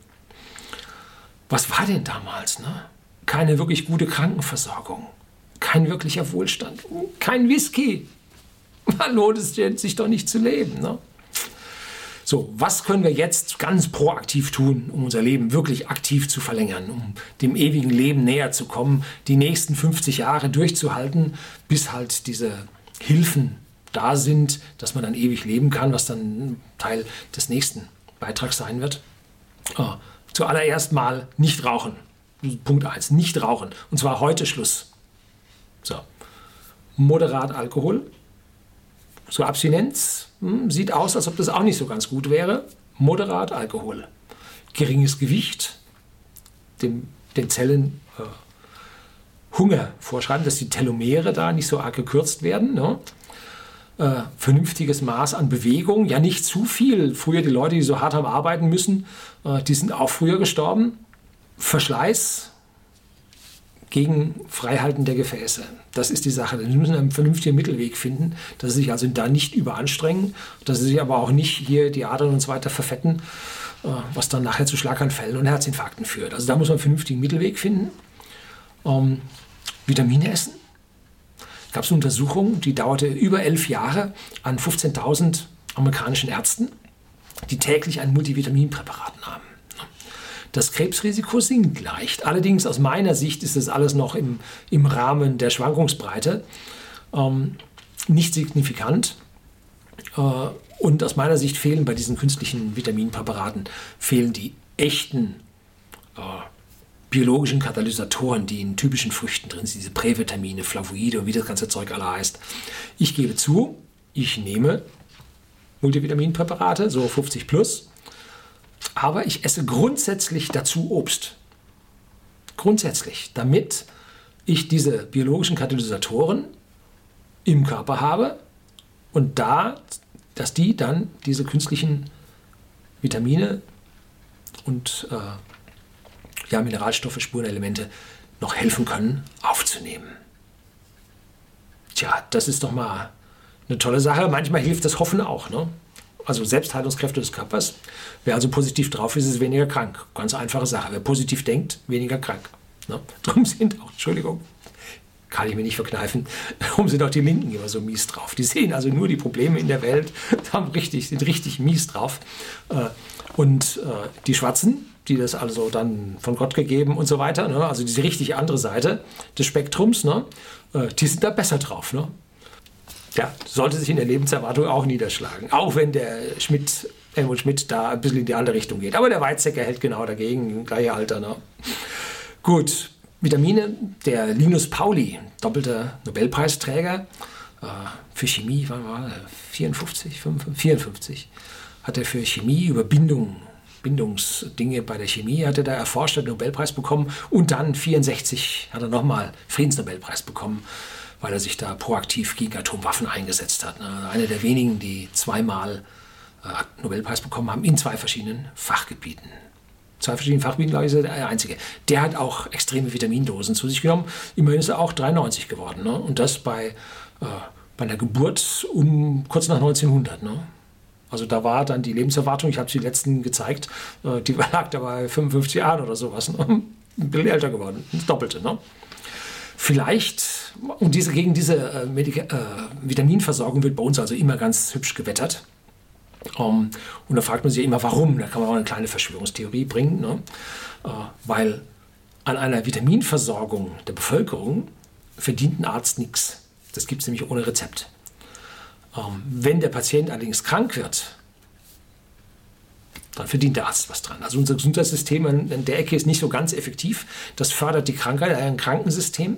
[SPEAKER 1] Was war denn damals? Ne? Keine wirklich gute Krankenversorgung, kein wirklicher Wohlstand, kein Whisky. Man lohnt es sich doch nicht zu leben. Ne? So, was können wir jetzt ganz proaktiv tun, um unser Leben wirklich aktiv zu verlängern, um dem ewigen Leben näher zu kommen, die nächsten 50 Jahre durchzuhalten, bis halt diese Hilfen da sind, dass man dann ewig leben kann, was dann Teil des nächsten Beitrags sein wird. Zuallererst mal nicht rauchen. Punkt 1, nicht rauchen. Und zwar heute Schluss. So. Moderat Alkohol. So Abstinenz sieht aus, als ob das auch nicht so ganz gut wäre. Moderat Alkohol. Geringes Gewicht. Den Zellen Hunger vorschreiben, dass die Telomere da nicht so arg gekürzt werden. Ne? Vernünftiges Maß an Bewegung. Ja, nicht zu viel. Früher die Leute, die so hart haben arbeiten müssen, die sind auch früher gestorben. Verschleiß gegen Freihalten der Gefäße. Das ist die Sache. Sie müssen einen vernünftigen Mittelweg finden, dass sie sich also da nicht überanstrengen, dass sie sich aber auch nicht hier die Adern und so weiter verfetten, was dann nachher zu Schlaganfällen und Herzinfarkten führt. Also da muss man einen vernünftigen Mittelweg finden. Vitamine essen. Es gab eine Untersuchung, die dauerte über 11 Jahre an 15.000 amerikanischen Ärzten, die täglich ein Multivitaminpräparat nahmen. Das Krebsrisiko sinkt leicht. Allerdings aus meiner Sicht ist das alles noch im Rahmen der Schwankungsbreite nicht signifikant. Und aus meiner Sicht fehlen bei diesen künstlichen Vitaminpräparaten die echten biologischen Katalysatoren, die in typischen Früchten drin sind, diese Prävitamine, Flavoide und wie das ganze Zeug alle heißt. Ich gebe zu, ich nehme Multivitaminpräparate, so 50 plus. Aber ich esse grundsätzlich dazu Obst. Grundsätzlich, damit ich diese biologischen Katalysatoren im Körper habe und dass die dann diese künstlichen Vitamine und Mineralstoffe, Spurenelemente noch helfen können, aufzunehmen. Tja, das ist doch mal eine tolle Sache. Manchmal hilft das Hoffen auch, ne? Also Selbstheilungskräfte des Körpers. Wer also positiv drauf ist, ist weniger krank. Ganz einfache Sache. Wer positiv denkt, weniger krank. Ne? Drum sind auch, Entschuldigung, kann ich mir nicht verkneifen, darum sind auch die Linken immer so mies drauf. Die sehen also nur die Probleme in der Welt, sind richtig mies drauf. Und die Schwarzen, die das also dann von Gott gegeben und so weiter, ne? Also diese richtig andere Seite des Spektrums, ne? Die sind da besser drauf. Ne? Ja, sollte sich in der Lebenserwartung auch niederschlagen. Auch wenn der Helmut Schmidt da ein bisschen in die andere Richtung geht. Aber der Weizsäcker hält genau dagegen, gleiche Alter. Ne? Gut, Vitamine, der Linus Pauly, doppelter Nobelpreisträger für Chemie, wann war er? 54, hat er für Chemie über Bindungsdinge bei der Chemie hat er da erforscht, hat den Nobelpreis bekommen und dann 64 hat er nochmal Friedensnobelpreis bekommen, weil er sich da proaktiv gegen Atomwaffen eingesetzt hat. Einer der wenigen, die zweimal Nobelpreis bekommen haben in 2 verschiedenen Fachgebieten. 2 verschiedenen Fachgebieten, glaube ich, ist er der Einzige. Der hat auch extreme Vitamindosen zu sich genommen. Immerhin ist er auch 93 geworden. Ne? Und das bei einer Geburt kurz nach 1900. Ne? Also da war dann die Lebenserwartung, ich habe sie letzten gezeigt, die lag da bei 55 Jahren oder sowas. Ne? Ein bisschen älter geworden, das Doppelte. Ne? Vielleicht, und gegen diese Vitaminversorgung wird bei uns also immer ganz hübsch gewettert. Und da fragt man sich immer, warum? Da kann man auch eine kleine Verschwörungstheorie bringen. Ne? Weil an einer Vitaminversorgung der Bevölkerung verdient ein Arzt nichts. Das gibt es nämlich ohne Rezept. Wenn der Patient allerdings krank wird, dann verdient der Arzt was dran. Also unser Gesundheitssystem an der Ecke ist nicht so ganz effektiv. Das fördert die Krankheit, ein Krankensystem.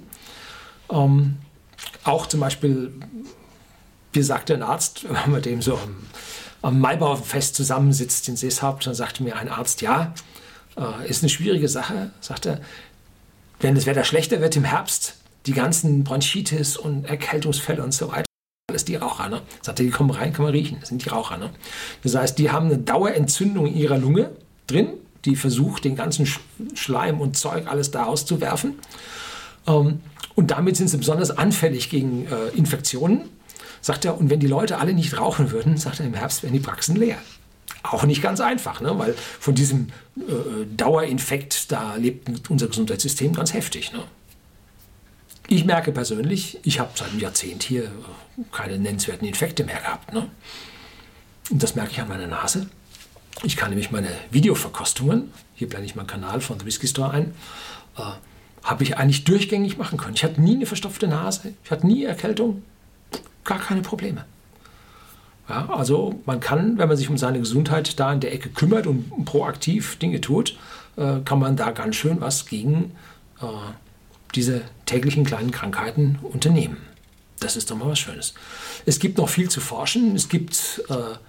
[SPEAKER 1] Auch zum Beispiel, wie sagte ein Arzt, wenn man mit dem so am Maibaumfest zusammensitzt in Seeshaupt, dann sagte mir ein Arzt, ja, ist eine schwierige Sache, sagt er, wenn das Wetter schlechter wird im Herbst, die ganzen Bronchitis und Erkältungsfälle und so weiter, alles die Raucher, ne? Sagt er, die kommen rein, kann man riechen, das sind die Raucher, ne? Das heißt, die haben eine Dauerentzündung in ihrer Lunge drin, die versucht, den ganzen Schleim und Zeug alles da auszuwerfen. Und damit sind sie besonders anfällig gegen Infektionen. Sagt er, und wenn die Leute alle nicht rauchen würden, sagt er, im Herbst wären die Praxen leer. Auch nicht ganz einfach, ne? Weil von diesem Dauerinfekt, da lebt unser Gesundheitssystem ganz heftig. Ne? Ich merke persönlich, ich habe seit einem Jahrzehnt hier keine nennenswerten Infekte mehr gehabt. Ne? Und das merke ich an meiner Nase. Ich kann nämlich meine Videoverkostungen, hier blende ich meinen Kanal von The Whisky Store ein, habe ich eigentlich durchgängig machen können. Ich hatte nie eine verstopfte Nase, ich hatte nie Erkältung, gar keine Probleme. Ja, also man kann, wenn man sich um seine Gesundheit da in der Ecke kümmert und proaktiv Dinge tut, kann man da ganz schön was gegen diese täglichen kleinen Krankheiten unternehmen. Das ist doch mal was Schönes. Es gibt noch viel zu forschen. Es gibt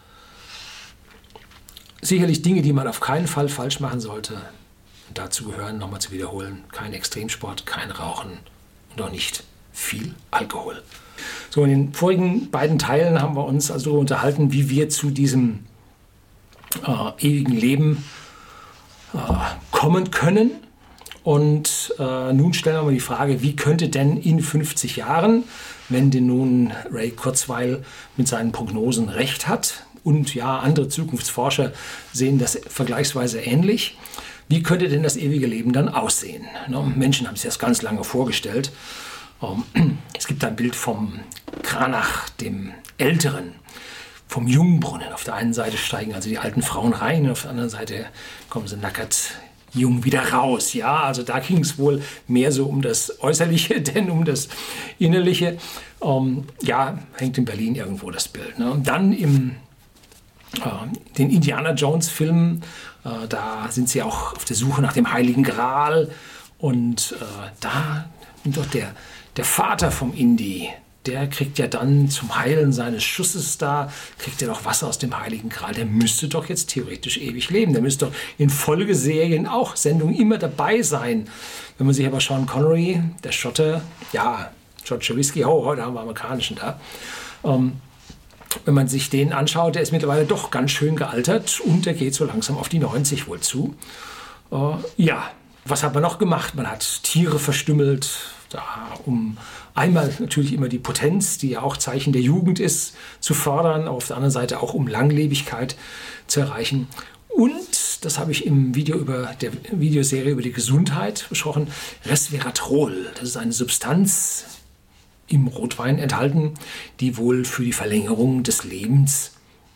[SPEAKER 1] sicherlich Dinge, die man auf keinen Fall falsch machen sollte. Und dazu gehören, nochmal zu wiederholen, kein Extremsport, kein Rauchen und auch nicht viel Alkohol. So, in den vorigen beiden Teilen haben wir uns also unterhalten, wie wir zu diesem ewigen Leben kommen können. Und nun stellen wir mal die Frage, wie könnte denn in 50 Jahren, wenn denn nun Ray Kurzweil mit seinen Prognosen recht hat und ja, andere Zukunftsforscher sehen das vergleichsweise ähnlich, wie könnte denn das ewige Leben dann aussehen? Menschen haben sich das ganz lange vorgestellt. Es gibt ein Bild vom Kranach, dem Älteren, vom Jungbrunnen. Auf der einen Seite steigen also die alten Frauen rein, auf der anderen Seite kommen sie nackert jung wieder raus. Ja, also da ging es wohl mehr so um das Äußerliche, denn um das Innerliche. Ja, hängt in Berlin irgendwo das Bild. Ne? Und dann in den Indiana Jones Filmen, da sind sie auch auf der Suche nach dem Heiligen Gral. Und da nimmt doch der Vater vom Indy, der kriegt ja dann zum Heilen seines Schusses da, kriegt er doch Wasser aus dem Heiligen Gral. Der müsste doch jetzt theoretisch ewig leben. Der müsste doch in Folgeserien auch Sendungen immer dabei sein. Wenn man sich aber Sean Connery, der Schotte, ja, George Whisky, heute haben wir amerikanischen da. Wenn man sich den anschaut, der ist mittlerweile doch ganz schön gealtert und der geht so langsam auf die 90 wohl zu. Ja, was hat man noch gemacht? Man hat Tiere verstümmelt, um einmal natürlich immer die Potenz, die ja auch Zeichen der Jugend ist, zu fördern, auf der anderen Seite auch um Langlebigkeit zu erreichen. Und, das habe ich im Video über der Videoserie über die Gesundheit besprochen, Resveratrol. Das ist eine Substanz im Rotwein enthalten, die wohl für die Verlängerung des Lebens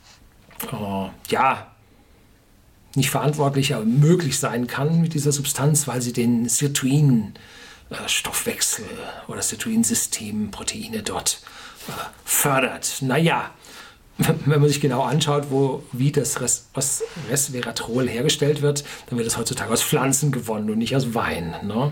[SPEAKER 1] nicht verantwortlich, aber möglich sein kann mit dieser Substanz, weil sie den Sirtuin-Stoffwechsel oder Sirtuinsystem, Proteine dort fördert. Naja, wenn man sich genau anschaut, wie das Resveratrol hergestellt wird, dann wird es heutzutage aus Pflanzen gewonnen und nicht aus Wein. Ne?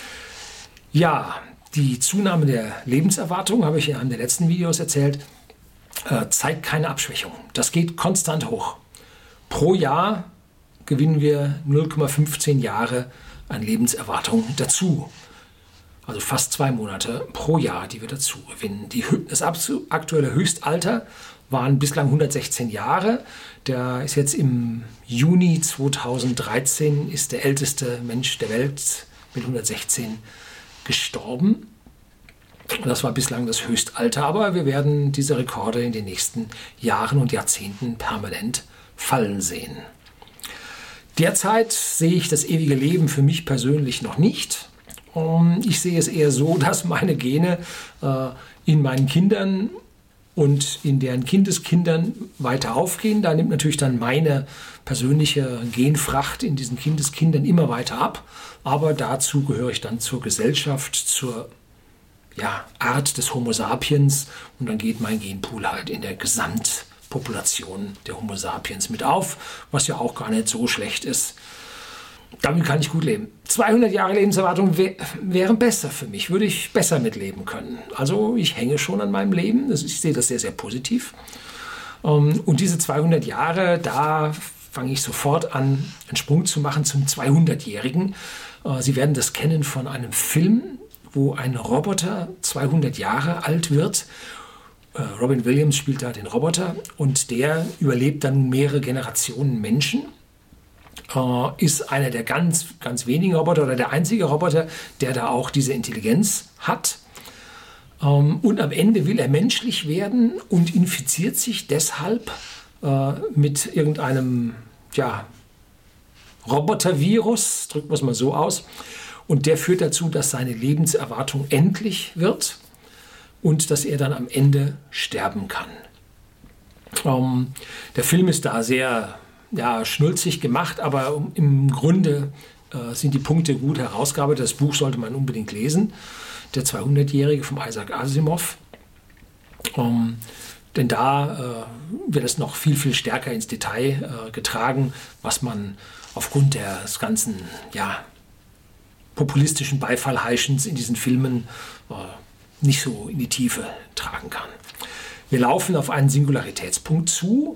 [SPEAKER 1] Ja, die Zunahme der Lebenserwartung, habe ich in einem der letzten Videos erzählt, zeigt keine Abschwächung. Das geht konstant hoch. Pro Jahr gewinnen wir 0,15 Jahre an Lebenserwartung dazu. Also fast 2 Monate pro Jahr, die wir dazu gewinnen. Das aktuelle Höchstalter waren bislang 116 Jahre. Der ist jetzt im Juni 2013 ist der älteste Mensch der Welt mit 116 gestorben. Das war bislang das Höchstalter, aber wir werden diese Rekorde in den nächsten Jahren und Jahrzehnten permanent fallen sehen. Derzeit sehe ich das ewige Leben für mich persönlich noch nicht. Ich sehe es eher so, dass meine Gene in meinen Kindern und in deren Kindeskindern weiter aufgehen. Da nimmt natürlich dann meine persönliche Genfracht in diesen Kindeskindern immer weiter ab. Aber dazu gehöre ich dann zur Gesellschaft, zur Art des Homo sapiens. Und dann geht mein Genpool halt in der Gesamtpopulation der Homo sapiens mit auf, was ja auch gar nicht so schlecht ist. Damit kann ich gut leben. 200 Jahre Lebenserwartung wären besser für mich, würde ich besser mitleben können. Also ich hänge schon an meinem Leben, ich sehe das sehr, sehr positiv. Und diese 200 Jahre, da fange ich sofort an, einen Sprung zu machen zum 200-Jährigen. Sie werden das kennen von einem Film, wo ein Roboter 200 Jahre alt wird. Robin Williams spielt da den Roboter und der überlebt dann mehrere Generationen Menschen. Ist einer der ganz, ganz wenigen Roboter oder der einzige Roboter, der da auch diese Intelligenz hat. Und am Ende will er menschlich werden und infiziert sich deshalb mit irgendeinem Robotervirus, drücken wir es mal so aus. Und der führt dazu, dass seine Lebenserwartung endlich wird und dass er dann am Ende sterben kann. Der Film ist da sehr schnulzig gemacht, aber im Grunde sind die Punkte gut herausgearbeitet. Das Buch sollte man unbedingt lesen. Der 200-Jährige von Isaac Asimov. Denn da wird es noch viel, viel stärker ins Detail getragen, was man aufgrund des ganzen populistischen Beifallheischens in diesen Filmen nicht so in die Tiefe tragen kann. Wir laufen auf einen Singularitätspunkt zu.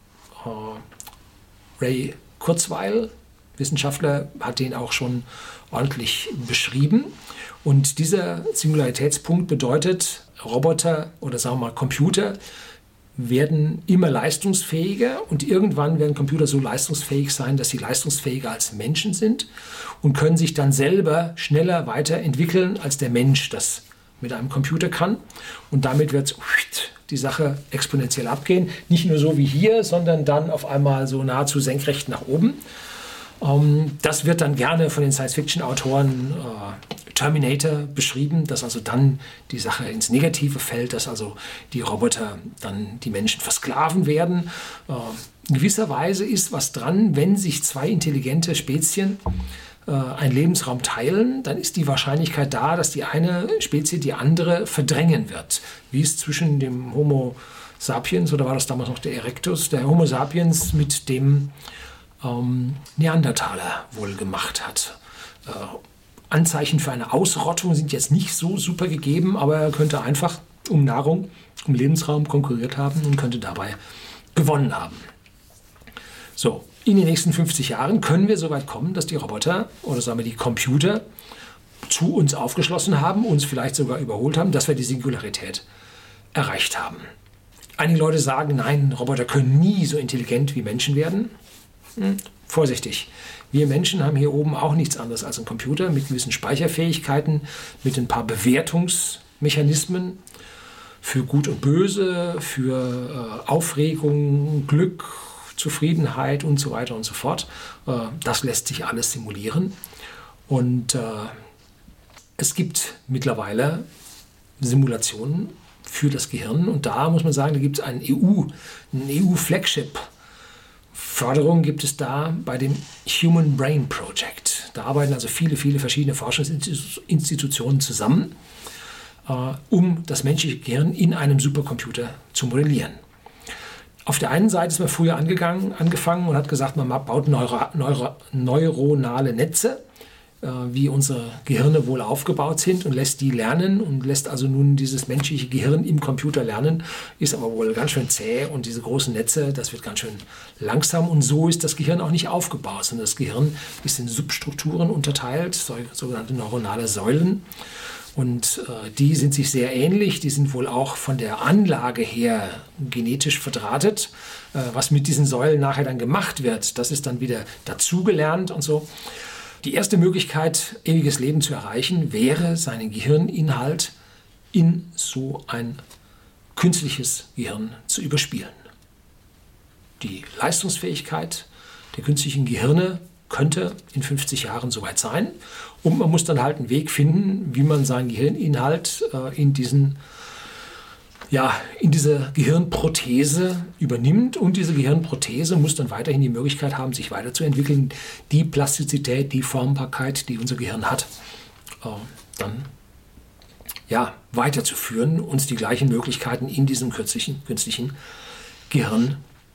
[SPEAKER 1] Ray Kurzweil, Wissenschaftler, hat den auch schon ordentlich beschrieben. Und dieser Singularitätspunkt bedeutet, Roboter oder sagen wir mal Computer werden immer leistungsfähiger und irgendwann werden Computer so leistungsfähig sein, dass sie leistungsfähiger als Menschen sind und können sich dann selber schneller weiterentwickeln, als der Mensch das mit einem Computer kann. Und damit wird die Sache exponentiell abgehen. Nicht nur so wie hier, sondern dann auf einmal so nahezu senkrecht nach oben. Das wird dann gerne von den Science-Fiction-Autoren Terminator beschrieben, dass also dann die Sache ins Negative fällt, dass also die Roboter dann die Menschen versklaven werden. In gewisser Weise ist was dran, wenn sich 2 intelligente Spezien einen Lebensraum teilen, dann ist die Wahrscheinlichkeit da, dass die eine Spezie die andere verdrängen wird. Wie es zwischen dem Homo sapiens, oder war das damals noch der Erectus, der Homo sapiens mit dem Neandertaler wohl gemacht hat. Anzeichen für eine Ausrottung sind jetzt nicht so super gegeben, aber er könnte einfach um Nahrung, um Lebensraum konkurriert haben und könnte dabei gewonnen haben. So, in den nächsten 50 Jahren können wir so weit kommen, dass die Roboter oder sagen wir die Computer zu uns aufgeschlossen haben, uns vielleicht sogar überholt haben, dass wir die Singularität erreicht haben. Einige Leute sagen, nein, Roboter können nie so intelligent wie Menschen werden. Vorsichtig. Wir Menschen haben hier oben auch nichts anderes als ein Computer mit gewissen Speicherfähigkeiten, mit ein paar Bewertungsmechanismen für Gut und Böse, für Aufregung, Glück, Zufriedenheit und so weiter und so fort. Das lässt sich alles simulieren. Und es gibt mittlerweile Simulationen für das Gehirn. Und da muss man sagen, da gibt es eine EU-Flagship. Förderung gibt es da bei dem Human Brain Project. Da arbeiten also viele verschiedene Forschungsinstitutionen zusammen, um das menschliche Gehirn in einem Supercomputer zu modellieren. Auf der einen Seite ist man früher angefangen und hat gesagt, man baut neuronale Netze, wie unsere Gehirne wohl aufgebaut sind, und lässt die lernen und lässt also nun dieses menschliche Gehirn im Computer lernen, ist aber wohl ganz schön zäh, und diese großen Netze, das wird ganz schön langsam, und so ist das Gehirn auch nicht aufgebaut, sondern das Gehirn ist in Substrukturen unterteilt, sogenannte neuronale Säulen, und die sind sich sehr ähnlich, die sind wohl auch von der Anlage her genetisch verdrahtet. Was mit diesen Säulen nachher dann gemacht wird, das ist dann wieder dazugelernt und so. Die erste Möglichkeit, ewiges Leben zu erreichen, wäre, seinen Gehirninhalt in so ein künstliches Gehirn zu überspielen. Die Leistungsfähigkeit der künstlichen Gehirne könnte in 50 Jahren soweit sein. Und man muss dann halt einen Weg finden, wie man seinen Gehirninhalt in diese Gehirnprothese übernimmt. Und diese Gehirnprothese muss dann weiterhin die Möglichkeit haben, sich weiterzuentwickeln, die Plastizität, die Formbarkeit, die unser Gehirn hat, dann weiterzuführen, uns die gleichen Möglichkeiten in diesem künstlichen Gehirn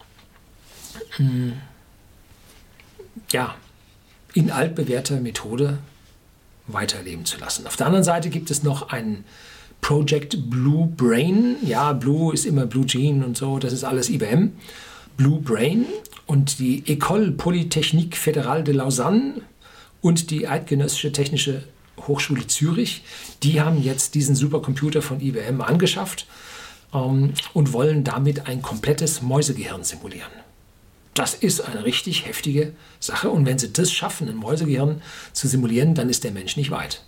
[SPEAKER 1] in altbewährter Methode weiterleben zu lassen. Auf der anderen Seite gibt es noch ein Project Blue Brain. Ja, Blue ist immer Blue Gene und so, das ist alles IBM. Blue Brain und die École Polytechnique Fédérale de Lausanne und die Eidgenössische Technische Hochschule Zürich, die haben jetzt diesen Supercomputer von IBM angeschafft und wollen damit ein komplettes Mäusegehirn simulieren. Das ist eine richtig heftige Sache, und wenn sie das schaffen, ein Mäusegehirn zu simulieren, dann ist der Mensch nicht weit.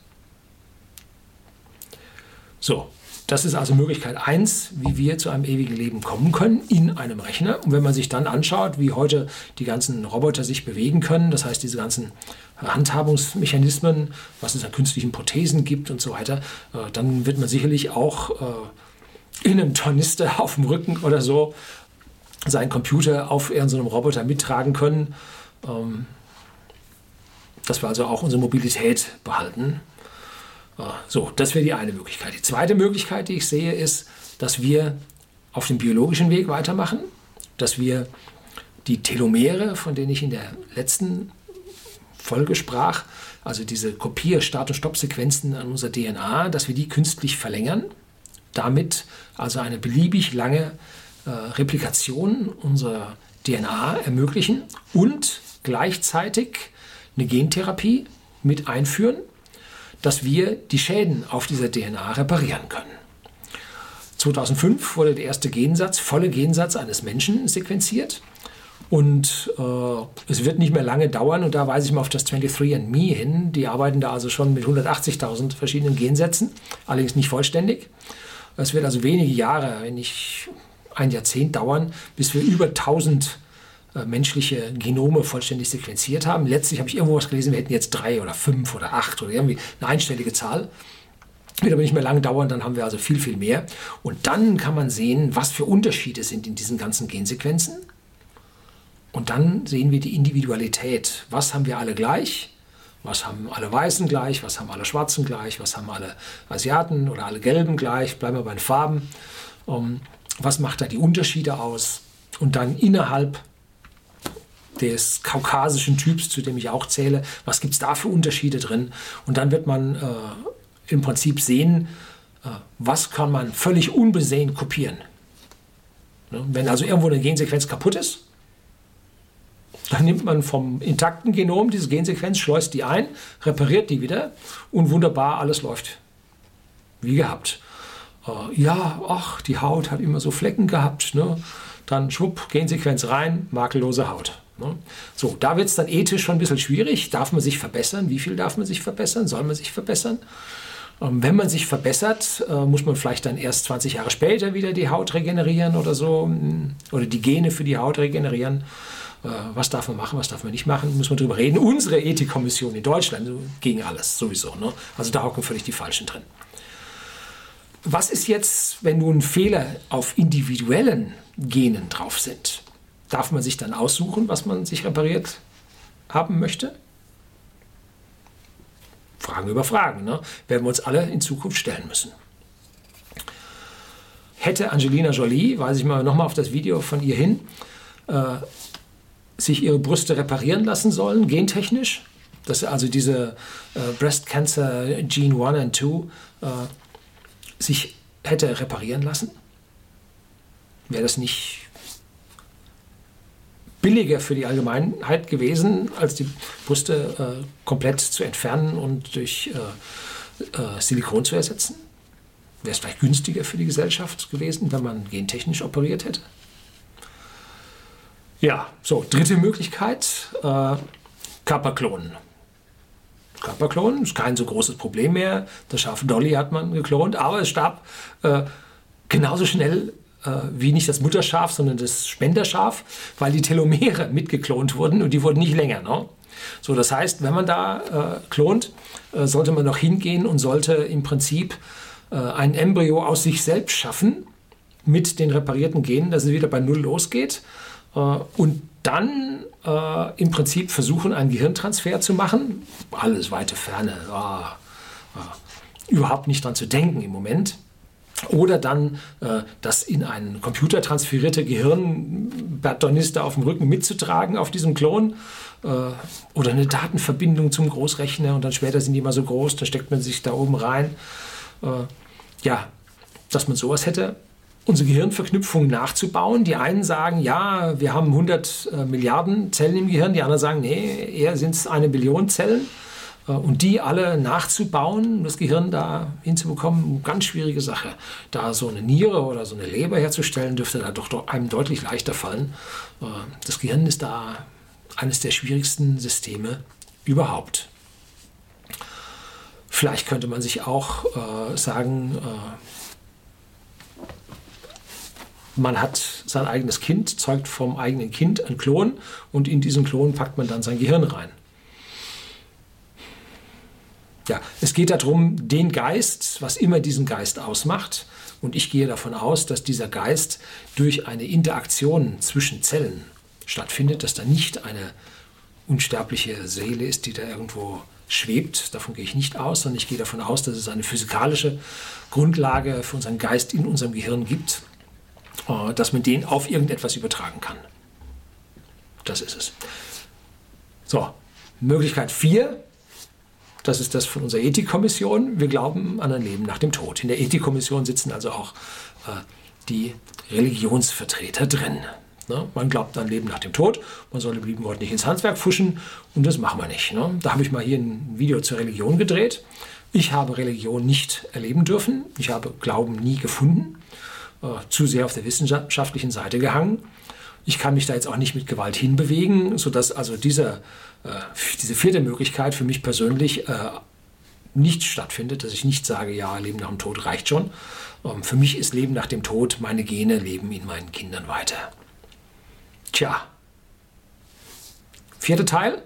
[SPEAKER 1] So, das ist also Möglichkeit 1, wie wir zu einem ewigen Leben kommen können in einem Rechner. Und wenn man sich dann anschaut, wie heute die ganzen Roboter sich bewegen können, das heißt diese ganzen Handhabungsmechanismen, was es an künstlichen Prothesen gibt und so weiter, dann wird man sicherlich auch in einem Tornister auf dem Rücken oder so seinen Computer auf irgendeinem Roboter mittragen können, dass wir also auch unsere Mobilität behalten. So, das wäre die eine Möglichkeit. Die zweite Möglichkeit, die ich sehe, ist, dass wir auf dem biologischen Weg weitermachen, dass wir die Telomere, von denen ich in der letzten Folge sprach, also diese Kopier-Start- und Stoppsequenzen an unserer DNA, dass wir die künstlich verlängern, damit also eine beliebig lange Replikation unserer DNA ermöglichen und gleichzeitig eine Gentherapie mit einführen, dass wir die Schäden auf dieser DNA reparieren können. 2005 wurde der erste volle Gensatz eines Menschen sequenziert, und es wird nicht mehr lange dauern, und da weise ich mal auf das 23andMe hin. Die arbeiten da also schon mit 180.000 verschiedenen Gensätzen, allerdings nicht vollständig. Es wird also wenige Jahre, wenn nicht ein Jahrzehnt dauern, bis wir über 1000 menschliche Genome vollständig sequenziert haben. Letztlich habe ich irgendwo was gelesen, wir hätten jetzt 3 oder 5 oder 8 oder irgendwie eine einstellige Zahl. Wird aber nicht mehr lange dauern, dann haben wir also viel mehr. Und dann kann man sehen, was für Unterschiede sind in diesen ganzen Gensequenzen. Und dann sehen wir die Individualität. Was haben wir alle gleich? Was haben alle Weißen gleich? Was haben alle Schwarzen gleich? Was haben alle Asiaten oder alle Gelben gleich? Bleiben wir bei den Farben. Was macht da die Unterschiede aus? Und dann innerhalb des kaukasischen Typs, zu dem ich auch zähle, was gibt es da für Unterschiede drin? Und dann wird man im Prinzip sehen, was kann man völlig unbesehen kopieren. Ne? Wenn also irgendwo eine Gensequenz kaputt ist, dann nimmt man vom intakten Genom diese Gensequenz, schleust die ein, repariert die wieder, und wunderbar, alles läuft wie gehabt. Die Haut hat immer so Flecken gehabt, ne? Dann schwupp, Gensequenz rein, makellose Haut. Ne? So, da wird es dann ethisch schon ein bisschen schwierig. Darf man sich verbessern? Wie viel darf man sich verbessern? Soll man sich verbessern? Wenn man sich verbessert, muss man vielleicht dann erst 20 Jahre später wieder die Haut regenerieren oder so, oder die Gene für die Haut regenerieren. Was darf man machen, was darf man nicht machen, müssen wir drüber reden. Unsere Ethikkommission in Deutschland gegen alles sowieso. Ne? Also da hocken völlig die Falschen drin. Was ist jetzt, wenn nun Fehler auf individuellen Genen drauf sind? Darf man sich dann aussuchen, was man sich repariert haben möchte? Fragen über Fragen, ne? Werden wir uns alle in Zukunft stellen müssen. Hätte Angelina Jolie, weise ich mal nochmal auf das Video von ihr hin, sich ihre Brüste reparieren lassen sollen, gentechnisch, dass also diese Breast Cancer Gene 1 und 2 sich hätte reparieren lassen? Wäre das nicht billiger für die Allgemeinheit gewesen, als die Brüste komplett zu entfernen und durch Silikon zu ersetzen? Wäre es vielleicht günstiger für die Gesellschaft gewesen, wenn man gentechnisch operiert hätte? Ja, so, dritte Möglichkeit, Körperklonen. Körperklonen ist kein so großes Problem mehr. Das Schaf Dolly hat man geklont, aber es starb genauso schnell wie nicht das Mutterschaf, sondern das Spenderschaf, weil die Telomere mitgeklont wurden und die wurden nicht länger. Ne? So, das heißt, wenn man da klont, sollte man noch hingehen und sollte im Prinzip ein Embryo aus sich selbst schaffen mit den reparierten Genen, dass es wieder bei Null losgeht und dann im Prinzip versuchen, einen Gehirntransfer zu machen. Alles weite Ferne, überhaupt nicht dran zu denken im Moment. Oder dann das in ein computertransferierte Gehirn Bert Dornister auf dem Rücken mitzutragen auf diesem Klon. Oder eine Datenverbindung zum Großrechner und dann später sind die mal so groß, da steckt man sich da oben rein. Ja, dass man sowas hätte. Unsere Gehirnverknüpfung nachzubauen. Die einen sagen, ja, wir haben 100 Milliarden Zellen im Gehirn. Die anderen sagen, nee, eher sind es 1 Billion Zellen. Und die alle nachzubauen, das Gehirn da hinzubekommen, eine ganz schwierige Sache. Da so eine Niere oder so eine Leber herzustellen, dürfte da doch einem deutlich leichter fallen. Das Gehirn ist da eines der schwierigsten Systeme überhaupt. Vielleicht könnte man sich auch sagen, man hat sein eigenes Kind, zeugt vom eigenen Kind einen Klon und in diesen Klon packt man dann sein Gehirn rein. Ja, es geht darum, den Geist, was immer diesen Geist ausmacht, und ich gehe davon aus, dass dieser Geist durch eine Interaktion zwischen Zellen stattfindet, dass da nicht eine unsterbliche Seele ist, die da irgendwo schwebt. Davon gehe ich nicht aus, sondern ich gehe davon aus, dass es eine physikalische Grundlage für unseren Geist in unserem Gehirn gibt, dass man den auf irgendetwas übertragen kann. Das ist es. So, Möglichkeit 4. Das ist das von unserer Ethikkommission. Wir glauben an ein Leben nach dem Tod. In der Ethikkommission sitzen also auch die Religionsvertreter drin. Ne? Man glaubt an ein Leben nach dem Tod. Man soll im lieben Gott nicht ins Handwerk pfuschen. Und das machen wir nicht. Ne? Da habe ich mal hier ein Video zur Religion gedreht. Ich habe Religion nicht erleben dürfen. Ich habe Glauben nie gefunden. Zu sehr auf der wissenschaftlichen Seite gehangen. Ich kann mich da jetzt auch nicht mit Gewalt hinbewegen, sodass also diese 4. Möglichkeit für mich persönlich nicht stattfindet, dass ich nicht sage, ja, Leben nach dem Tod reicht schon. Für mich ist Leben nach dem Tod, meine Gene leben in meinen Kindern weiter. Tja. 4. Teil.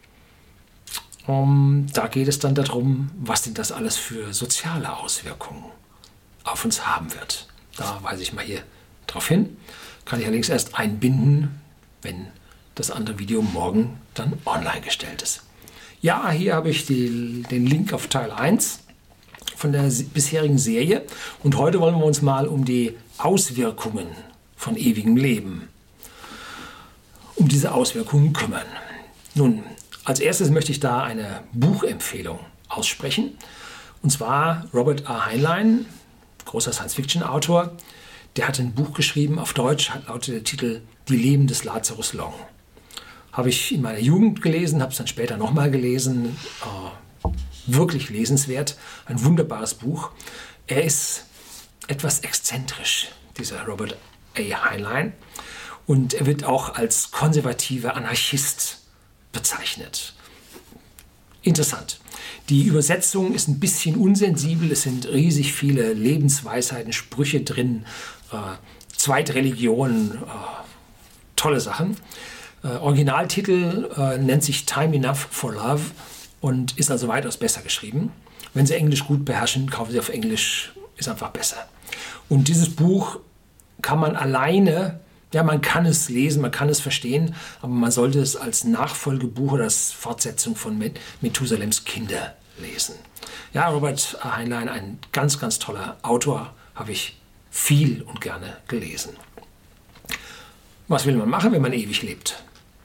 [SPEAKER 1] Da geht es dann darum, was denn das alles für soziale Auswirkungen auf uns haben wird. Da weise ich mal hier drauf hin. Kann ich allerdings erst einbinden, wenn das andere Video morgen dann online gestellt ist. Ja, hier habe ich den Link auf Teil 1 von der bisherigen Serie. Und heute wollen wir uns mal um die Auswirkungen von ewigem Leben, um diese Auswirkungen kümmern. Nun, als erstes möchte ich da eine Buchempfehlung aussprechen. Und zwar Robert A. Heinlein, großer Science-Fiction-Autor. Der hat ein Buch geschrieben, auf Deutsch lautet der Titel Die Leben des Lazarus Long. Habe ich in meiner Jugend gelesen, habe es dann später nochmal gelesen. Wirklich lesenswert, ein wunderbares Buch. Er ist etwas exzentrisch, dieser Robert A. Heinlein. Und er wird auch als konservativer Anarchist bezeichnet. Interessant. Die Übersetzung ist ein bisschen unsensibel. Es sind riesig viele Lebensweisheiten, Sprüche drin, Zweitreligionen, tolle Sachen. Originaltitel nennt sich Time Enough for Love und ist also weitaus besser geschrieben. Wenn Sie Englisch gut beherrschen, kaufen Sie auf Englisch, ist einfach besser. Und dieses Buch kann man alleine, ja, man kann es lesen, man kann es verstehen, aber man sollte es als Nachfolgebuch oder als Fortsetzung von Methusalems Kinder lesen. Ja, Robert A. Heinlein, ein ganz, ganz toller Autor, habe ich viel und gerne gelesen. Was will man machen, wenn man ewig lebt?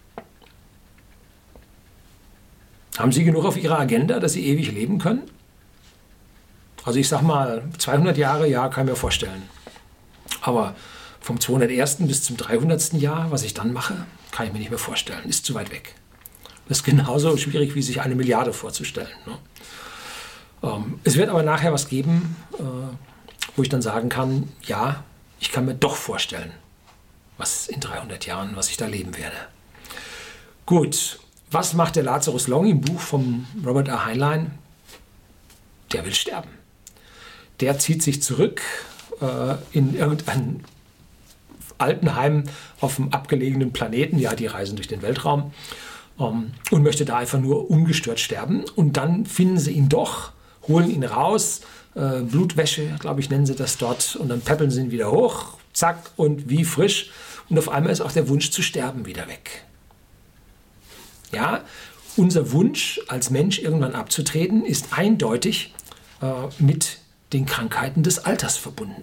[SPEAKER 1] Haben Sie genug auf Ihrer Agenda, dass Sie ewig leben können? Also ich sag mal, 200 Jahre, ja, kann ich mir vorstellen. Aber vom 201. bis zum 300. Jahr, was ich dann mache, kann ich mir nicht mehr vorstellen. Ist zu weit weg. Das ist genauso schwierig, wie sich 1 Milliarde vorzustellen. Ne? Es wird aber nachher was geben, wo ich dann sagen kann, ja, ich kann mir doch vorstellen, was in 300 Jahren, was ich da leben werde. Gut, was macht der Lazarus Long im Buch von Robert A. Heinlein? Der will sterben. Der zieht sich zurück in irgendein Altenheim auf einem abgelegenen Planeten, ja, die reisen durch den Weltraum, und möchte da einfach nur ungestört sterben. Und dann finden sie ihn doch, holen ihn raus, Blutwäsche, glaube ich, nennen sie das dort, und dann peppeln sie ihn wieder hoch, zack, und wie frisch. Und auf einmal ist auch der Wunsch zu sterben wieder weg. Ja, unser Wunsch als Mensch irgendwann abzutreten ist eindeutig mit den Krankheiten des Alters verbunden.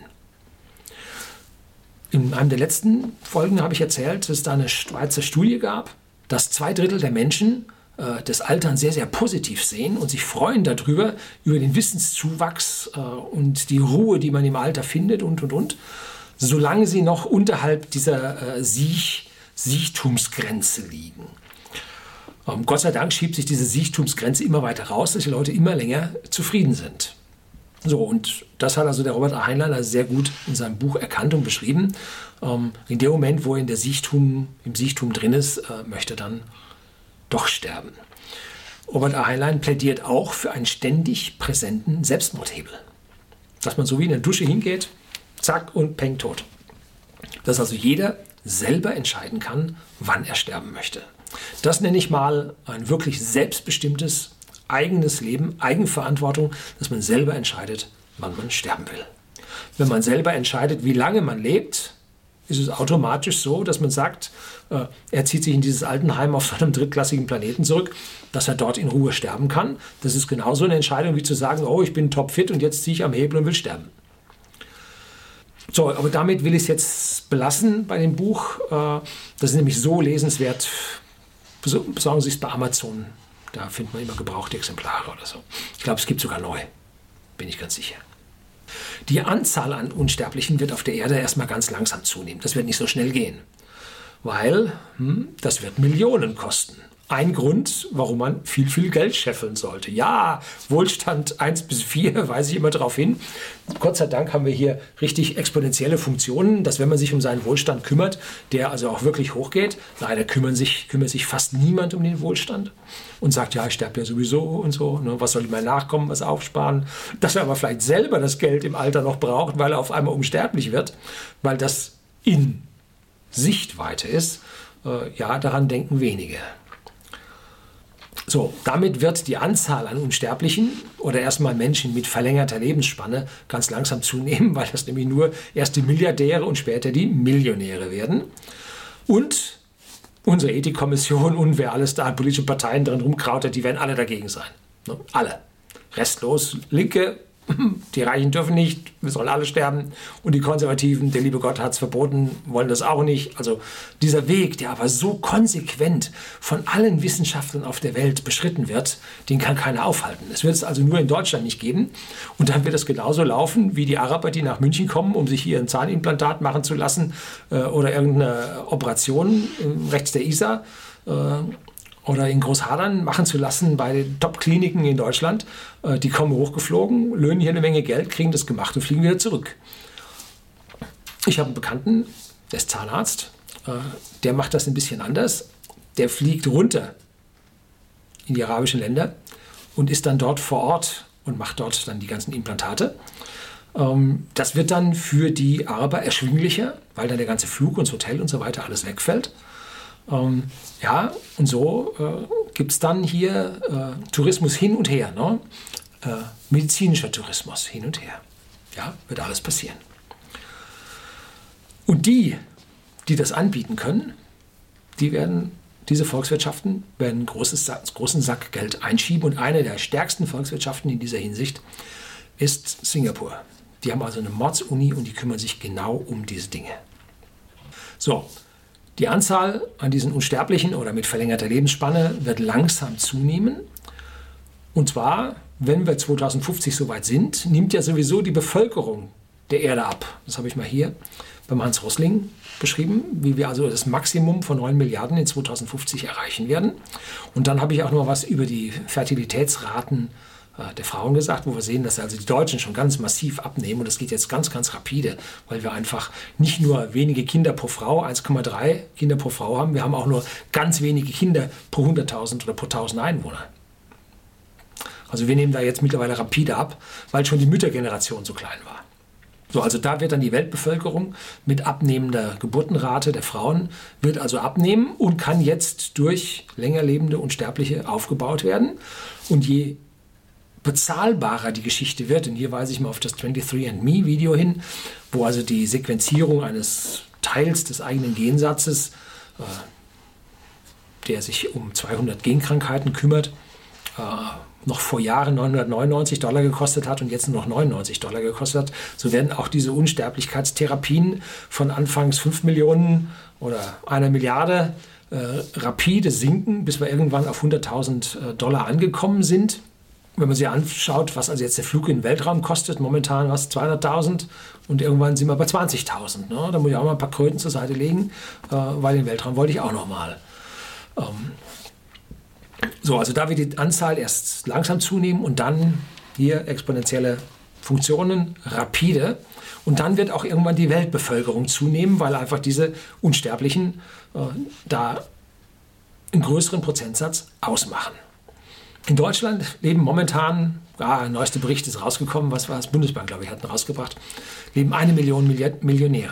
[SPEAKER 1] In einem der letzten Folgen habe ich erzählt, dass es da eine Schweizer Studie gab, dass 2/3 der Menschen das Altern sehr, sehr positiv sehen und sich freuen darüber, über den Wissenszuwachs und die Ruhe, die man im Alter findet und, solange sie noch unterhalb dieser Siechtumsgrenze liegen. Gott sei Dank schiebt sich diese Siechtumsgrenze immer weiter raus, dass die Leute immer länger zufrieden sind. So, und das hat also der Robert A. Heinlein sehr gut in seinem Buch erkannt und beschrieben. In dem Moment, wo er im Siechtum drin ist, möchte er dann doch sterben. Robert A. Heinlein plädiert auch für einen ständig präsenten Selbstmordhebel. Dass man so wie in der Dusche hingeht, zack und peng tot. Dass also jeder selber entscheiden kann, wann er sterben möchte. Das nenne ich mal ein wirklich selbstbestimmtes, eigenes Leben, Eigenverantwortung, dass man selber entscheidet, wann man sterben will. Wenn man selber entscheidet, wie lange man lebt, ist es automatisch so, dass man sagt, er zieht sich in dieses Altenheim auf so einem drittklassigen Planeten zurück, dass er dort in Ruhe sterben kann. Das ist genauso eine Entscheidung, wie zu sagen, oh, ich bin topfit und jetzt ziehe ich am Hebel und will sterben. So, aber damit will ich es jetzt belassen bei dem Buch. Das ist nämlich so lesenswert. Besorgen Sie es bei Amazon. Da findet man immer gebrauchte Exemplare oder so. Ich glaube, es gibt sogar neu. Bin ich ganz sicher. Die Anzahl an Unsterblichen wird auf der Erde erstmal ganz langsam zunehmen. Das wird nicht so schnell gehen. Weil das wird Millionen kosten. Ein Grund, warum man viel, viel Geld scheffeln sollte. Ja, Wohlstand 1 bis 4 weise ich immer darauf hin. Gott sei Dank haben wir hier richtig exponentielle Funktionen, dass wenn man sich um seinen Wohlstand kümmert, der also auch wirklich hochgeht. Leider kümmert sich fast niemand um den Wohlstand und sagt, ja, ich sterbe ja sowieso und so. Ne, was soll ich mein Nachkommen was aufsparen? Dass er aber vielleicht selber das Geld im Alter noch braucht, weil er auf einmal unsterblich wird, weil das in Sichtweite ist. Ja, daran denken wenige. So, damit wird die Anzahl an Unsterblichen oder erstmal Menschen mit verlängerter Lebensspanne ganz langsam zunehmen, weil das nämlich nur erst die Milliardäre und später die Millionäre werden. Und unsere Ethikkommission und wer alles da an politischen Parteien drin rumkrautet, die werden alle dagegen sein. Ne? Alle. Restlos Linke, die Reichen dürfen nicht, wir sollen alle sterben. Und die Konservativen, der liebe Gott hat es verboten, wollen das auch nicht. Also dieser Weg, der aber so konsequent von allen Wissenschaftlern auf der Welt beschritten wird, den kann keiner aufhalten. Es wird es also nur in Deutschland nicht geben. Und dann wird es genauso laufen wie die Araber, die nach München kommen, um sich hier ein Zahnimplantat machen zu lassen oder irgendeine Operation rechts der Isar. Oder in Großhadern machen zu lassen bei den Top-Kliniken in Deutschland. Die kommen hochgeflogen, löhnen hier eine Menge Geld, kriegen das gemacht und fliegen wieder zurück. Ich habe einen Bekannten, der ist Zahnarzt, der macht das ein bisschen anders. Der fliegt runter in die arabischen Länder und ist dann dort vor Ort und macht dort dann die ganzen Implantate. Das wird dann für die Araber erschwinglicher, weil dann der ganze Flug und das Hotel und so weiter alles wegfällt. Ja, und so gibt es dann hier Tourismus hin und her, ne? Medizinischer Tourismus hin und her. Ja, wird alles passieren. Und die das anbieten können, diese Volkswirtschaften werden einen großen Sack Geld einschieben. Und eine der stärksten Volkswirtschaften in dieser Hinsicht ist Singapur. Die haben also eine Mordsuni und die kümmern sich genau um diese Dinge. So, die Anzahl an diesen Unsterblichen oder mit verlängerter Lebensspanne wird langsam zunehmen. Und zwar, wenn wir 2050 soweit sind, nimmt ja sowieso die Bevölkerung der Erde ab. Das habe ich mal hier beim Hans Rosling beschrieben, wie wir also das Maximum von 9 Milliarden in 2050 erreichen werden. Und dann habe ich auch noch was über die Fertilitätsraten der Frauen gesagt, wo wir sehen, dass also die Deutschen schon ganz massiv abnehmen und das geht jetzt ganz, ganz rapide, weil wir einfach nicht nur wenige Kinder pro Frau, 1,3 Kinder pro Frau haben, wir haben auch nur ganz wenige Kinder pro 100.000 oder pro 1.000 Einwohner. Also wir nehmen da jetzt mittlerweile rapide ab, weil schon die Müttergeneration so klein war. So, also da wird dann die Weltbevölkerung mit abnehmender Geburtenrate der Frauen wird also abnehmen und kann jetzt durch länger lebende Unsterbliche aufgebaut werden. Und je bezahlbarer die Geschichte wird, und hier weise ich mal auf das 23andMe-Video hin, wo also die Sequenzierung eines Teils des eigenen Gensatzes, der sich um 200 Genkrankheiten kümmert, noch vor Jahren $999 gekostet hat und jetzt nur noch $99 gekostet hat, so werden auch diese Unsterblichkeitstherapien von anfangs 5 Millionen oder 1 Milliarde rapide sinken, bis wir irgendwann auf $100.000 angekommen sind. Wenn man sich anschaut, was also jetzt der Flug in den Weltraum kostet, momentan was 200.000 und irgendwann sind wir bei 20.000. Ne? Da muss ich auch mal ein paar Kröten zur Seite legen, weil den Weltraum wollte ich auch noch mal. So, also da wird die Anzahl erst langsam zunehmen und dann hier exponentielle Funktionen rapide. Und dann wird auch irgendwann die Weltbevölkerung zunehmen, weil einfach diese Unsterblichen da einen größeren Prozentsatz ausmachen. In Deutschland leben momentan, der neueste Bericht ist rausgekommen, was war das? Bundesbank, glaube ich, hat ihn rausgebracht, leben 1 Million Millionäre.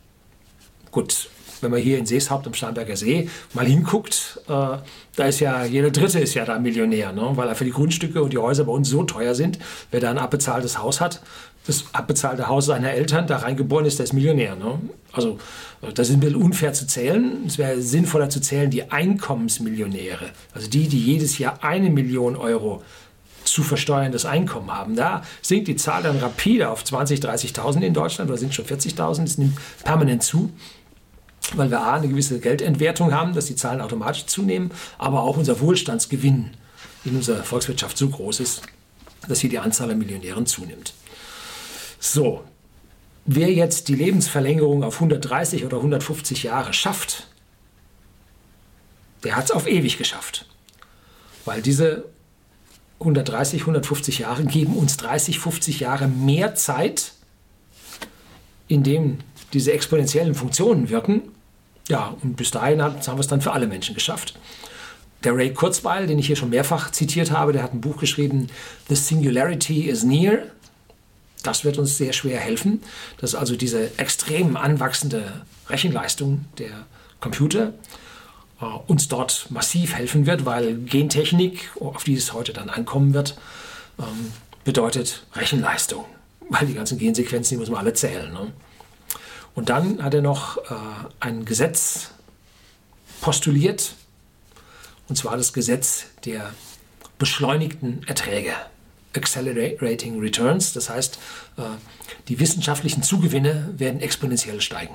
[SPEAKER 1] Gut, wenn man hier in Seeshaupt am Starnberger See mal hinguckt, da ist ja, jeder Dritte ist ja da Millionär, ne? Weil einfach die Grundstücke und die Häuser bei uns so teuer sind. Wer da ein abbezahltes Haus hat, das abbezahlte Haus seiner Eltern, da reingeboren ist, der ist Millionär. Ne? Also das ist ein bisschen unfair zu zählen. Es wäre sinnvoller zu zählen die Einkommensmillionäre, also die jedes Jahr 1 Million Euro zu versteuerndes Einkommen haben. Da sinkt die Zahl dann rapide auf 20.000, 30.000 in Deutschland oder sind schon 40.000. Es nimmt permanent zu, weil wir eine gewisse Geldentwertung haben, dass die Zahlen automatisch zunehmen, aber auch unser Wohlstandsgewinn in unserer Volkswirtschaft so groß ist, dass hier die Anzahl an Millionären zunimmt. So, wer jetzt die Lebensverlängerung auf 130 oder 150 Jahre schafft, der hat es auf ewig geschafft. Weil diese 130, 150 Jahre geben uns 30, 50 Jahre mehr Zeit, in dem diese exponentiellen Funktionen wirken. Ja, und bis dahin haben wir es dann für alle Menschen geschafft. Der Ray Kurzweil, den ich hier schon mehrfach zitiert habe, der hat ein Buch geschrieben, The Singularity is Near. Das wird uns sehr schwer helfen, dass also diese extrem anwachsende Rechenleistung der Computer uns dort massiv helfen wird, weil Gentechnik, auf die es heute dann ankommen wird, bedeutet Rechenleistung, weil die ganzen Gensequenzen, die muss man alle zählen. Ne? Und dann hat er noch ein Gesetz postuliert, und zwar das Gesetz der beschleunigten Erträge. Accelerating Returns, das heißt, die wissenschaftlichen Zugewinne werden exponentiell steigen.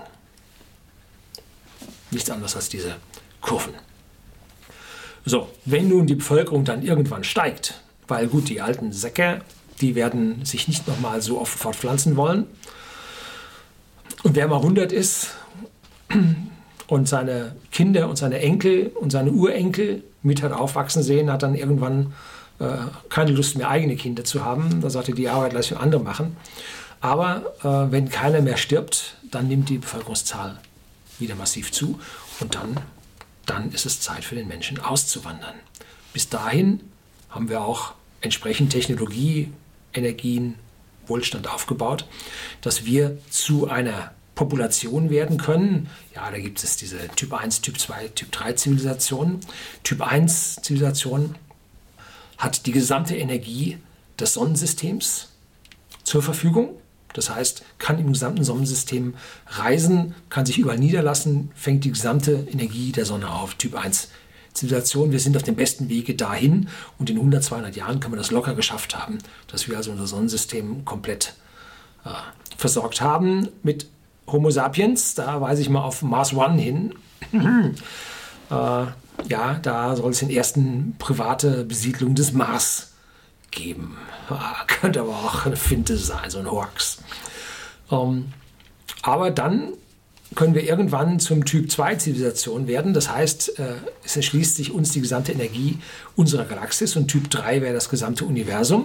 [SPEAKER 1] Nichts anderes als diese Kurven. So, wenn nun die Bevölkerung dann irgendwann steigt, weil gut, die alten Säcke, die werden sich nicht nochmal so oft fortpflanzen wollen. Und wer mal 100 ist und seine Kinder und seine Enkel und seine Urenkel mit hat aufwachsen sehen, hat dann irgendwann keine Lust mehr, eigene Kinder zu haben. Da sollte die Arbeit gleich für andere machen. Aber wenn keiner mehr stirbt, dann nimmt die Bevölkerungszahl wieder massiv zu. Und dann ist es Zeit für den Menschen auszuwandern. Bis dahin haben wir auch entsprechend Technologie, Energien, Wohlstand aufgebaut, dass wir zu einer Population werden können. Ja, da gibt es diese Typ 1, Typ 2, Typ 3 Zivilisationen. Typ 1 Zivilisation hat die gesamte Energie des Sonnensystems zur Verfügung. Das heißt, kann im gesamten Sonnensystem reisen, kann sich überall niederlassen, fängt die gesamte Energie der Sonne auf. Typ 1 Zivilisation. Wir sind auf dem besten Wege dahin und in 100, 200 Jahren können wir das locker geschafft haben, dass wir also unser Sonnensystem komplett versorgt haben mit Homo sapiens. Da weise ich mal auf Mars One hin. Ja, da soll es den ersten private Besiedlung des Mars geben. Könnte aber auch eine Finte sein, so ein Hoax. Aber dann können wir irgendwann zum Typ 2 Zivilisation werden. Das heißt, es erschließt sich uns die gesamte Energie unserer Galaxis und Typ 3 wäre das gesamte Universum.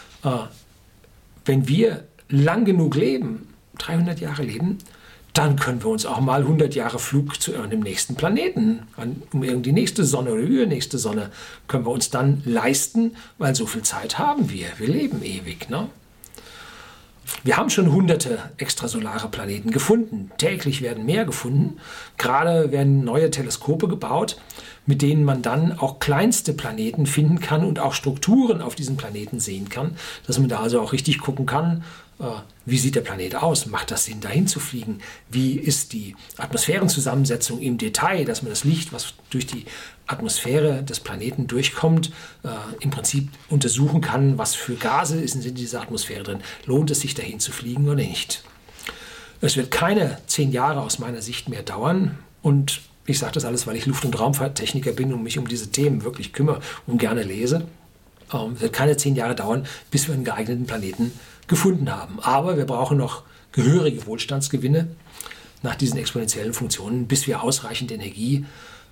[SPEAKER 1] Wenn wir lang genug leben, 300 Jahre leben, dann können wir uns auch mal 100 Jahre Flug zu irgendeinem nächsten Planeten, um die nächste Sonne oder übernächste Sonne, können wir uns dann leisten, weil so viel Zeit haben wir. Wir leben ewig, ne? Wir haben schon hunderte extrasolare Planeten gefunden. Täglich werden mehr gefunden. Gerade werden neue Teleskope gebaut, mit denen man dann auch kleinste Planeten finden kann und auch Strukturen auf diesen Planeten sehen kann, dass man da also auch richtig gucken kann, wie sieht der Planet aus? Macht das Sinn, dahin zu fliegen? Wie ist die Atmosphärenzusammensetzung im Detail, dass man das Licht, was durch die Atmosphäre des Planeten durchkommt, im Prinzip untersuchen kann, was für Gase sind in dieser Atmosphäre drin. Lohnt es sich, dahin zu fliegen oder nicht? Es wird keine 10 Jahre aus meiner Sicht mehr dauern und ich sage das alles, weil ich Luft- und Raumfahrttechniker bin und mich um diese Themen wirklich kümmere und gerne lese. Es wird keine 10 Jahre dauern, bis wir einen geeigneten Planeten gefunden haben. Aber wir brauchen noch gehörige Wohlstandsgewinne nach diesen exponentiellen Funktionen, bis wir ausreichend Energie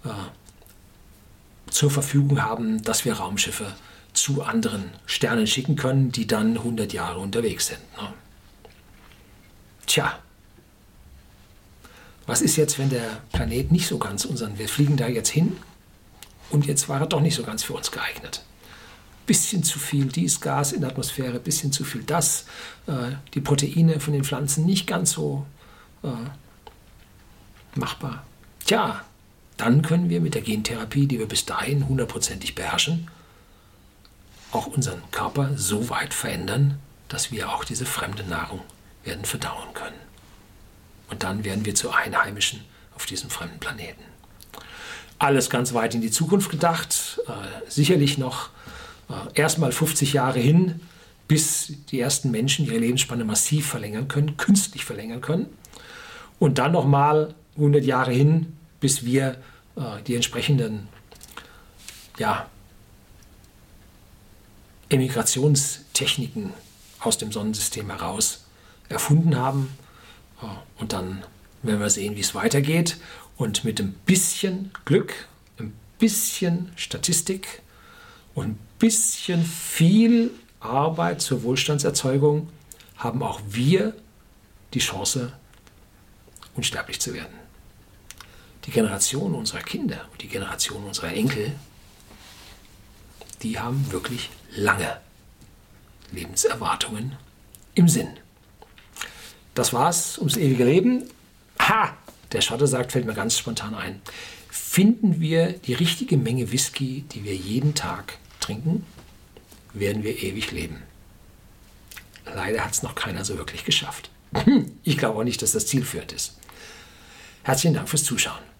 [SPEAKER 1] zur Verfügung haben, dass wir Raumschiffe zu anderen Sternen schicken können, die dann 100 Jahre unterwegs sind. Ne? Tja, was ist jetzt, wenn der Planet nicht so ganz wir fliegen da jetzt hin und jetzt war er doch nicht so ganz für uns geeignet. Bisschen zu viel dies Gas in der Atmosphäre, bisschen zu viel das, die Proteine von den Pflanzen nicht ganz so machbar. Tja, dann können wir mit der Gentherapie, die wir bis dahin 100%ig beherrschen, auch unseren Körper so weit verändern, dass wir auch diese fremde Nahrung werden verdauen können. Und dann werden wir zu Einheimischen auf diesem fremden Planeten. Alles ganz weit in die Zukunft gedacht, sicherlich noch erstmal 50 Jahre hin, bis die ersten Menschen ihre Lebensspanne massiv verlängern können, künstlich verlängern können. Und dann nochmal 100 Jahre hin, bis wir die entsprechenden Emigrationstechniken aus dem Sonnensystem heraus erfunden haben. Und dann werden wir sehen, wie es weitergeht. Und mit ein bisschen Glück, ein bisschen Statistik und ein bisschen viel Arbeit zur Wohlstandserzeugung haben auch wir die Chance, unsterblich zu werden. Die Generation unserer Kinder und die Generation unserer Enkel, die haben wirklich lange Lebenserwartungen im Sinn. Das war's ums ewige Leben. Der Schotte sagt, fällt mir ganz spontan ein. Finden wir die richtige Menge Whisky, die wir jeden Tag trinken, werden wir ewig leben. Leider hat es noch keiner so wirklich geschafft. Ich glaube auch nicht, dass das zielführend ist. Herzlichen Dank fürs Zuschauen.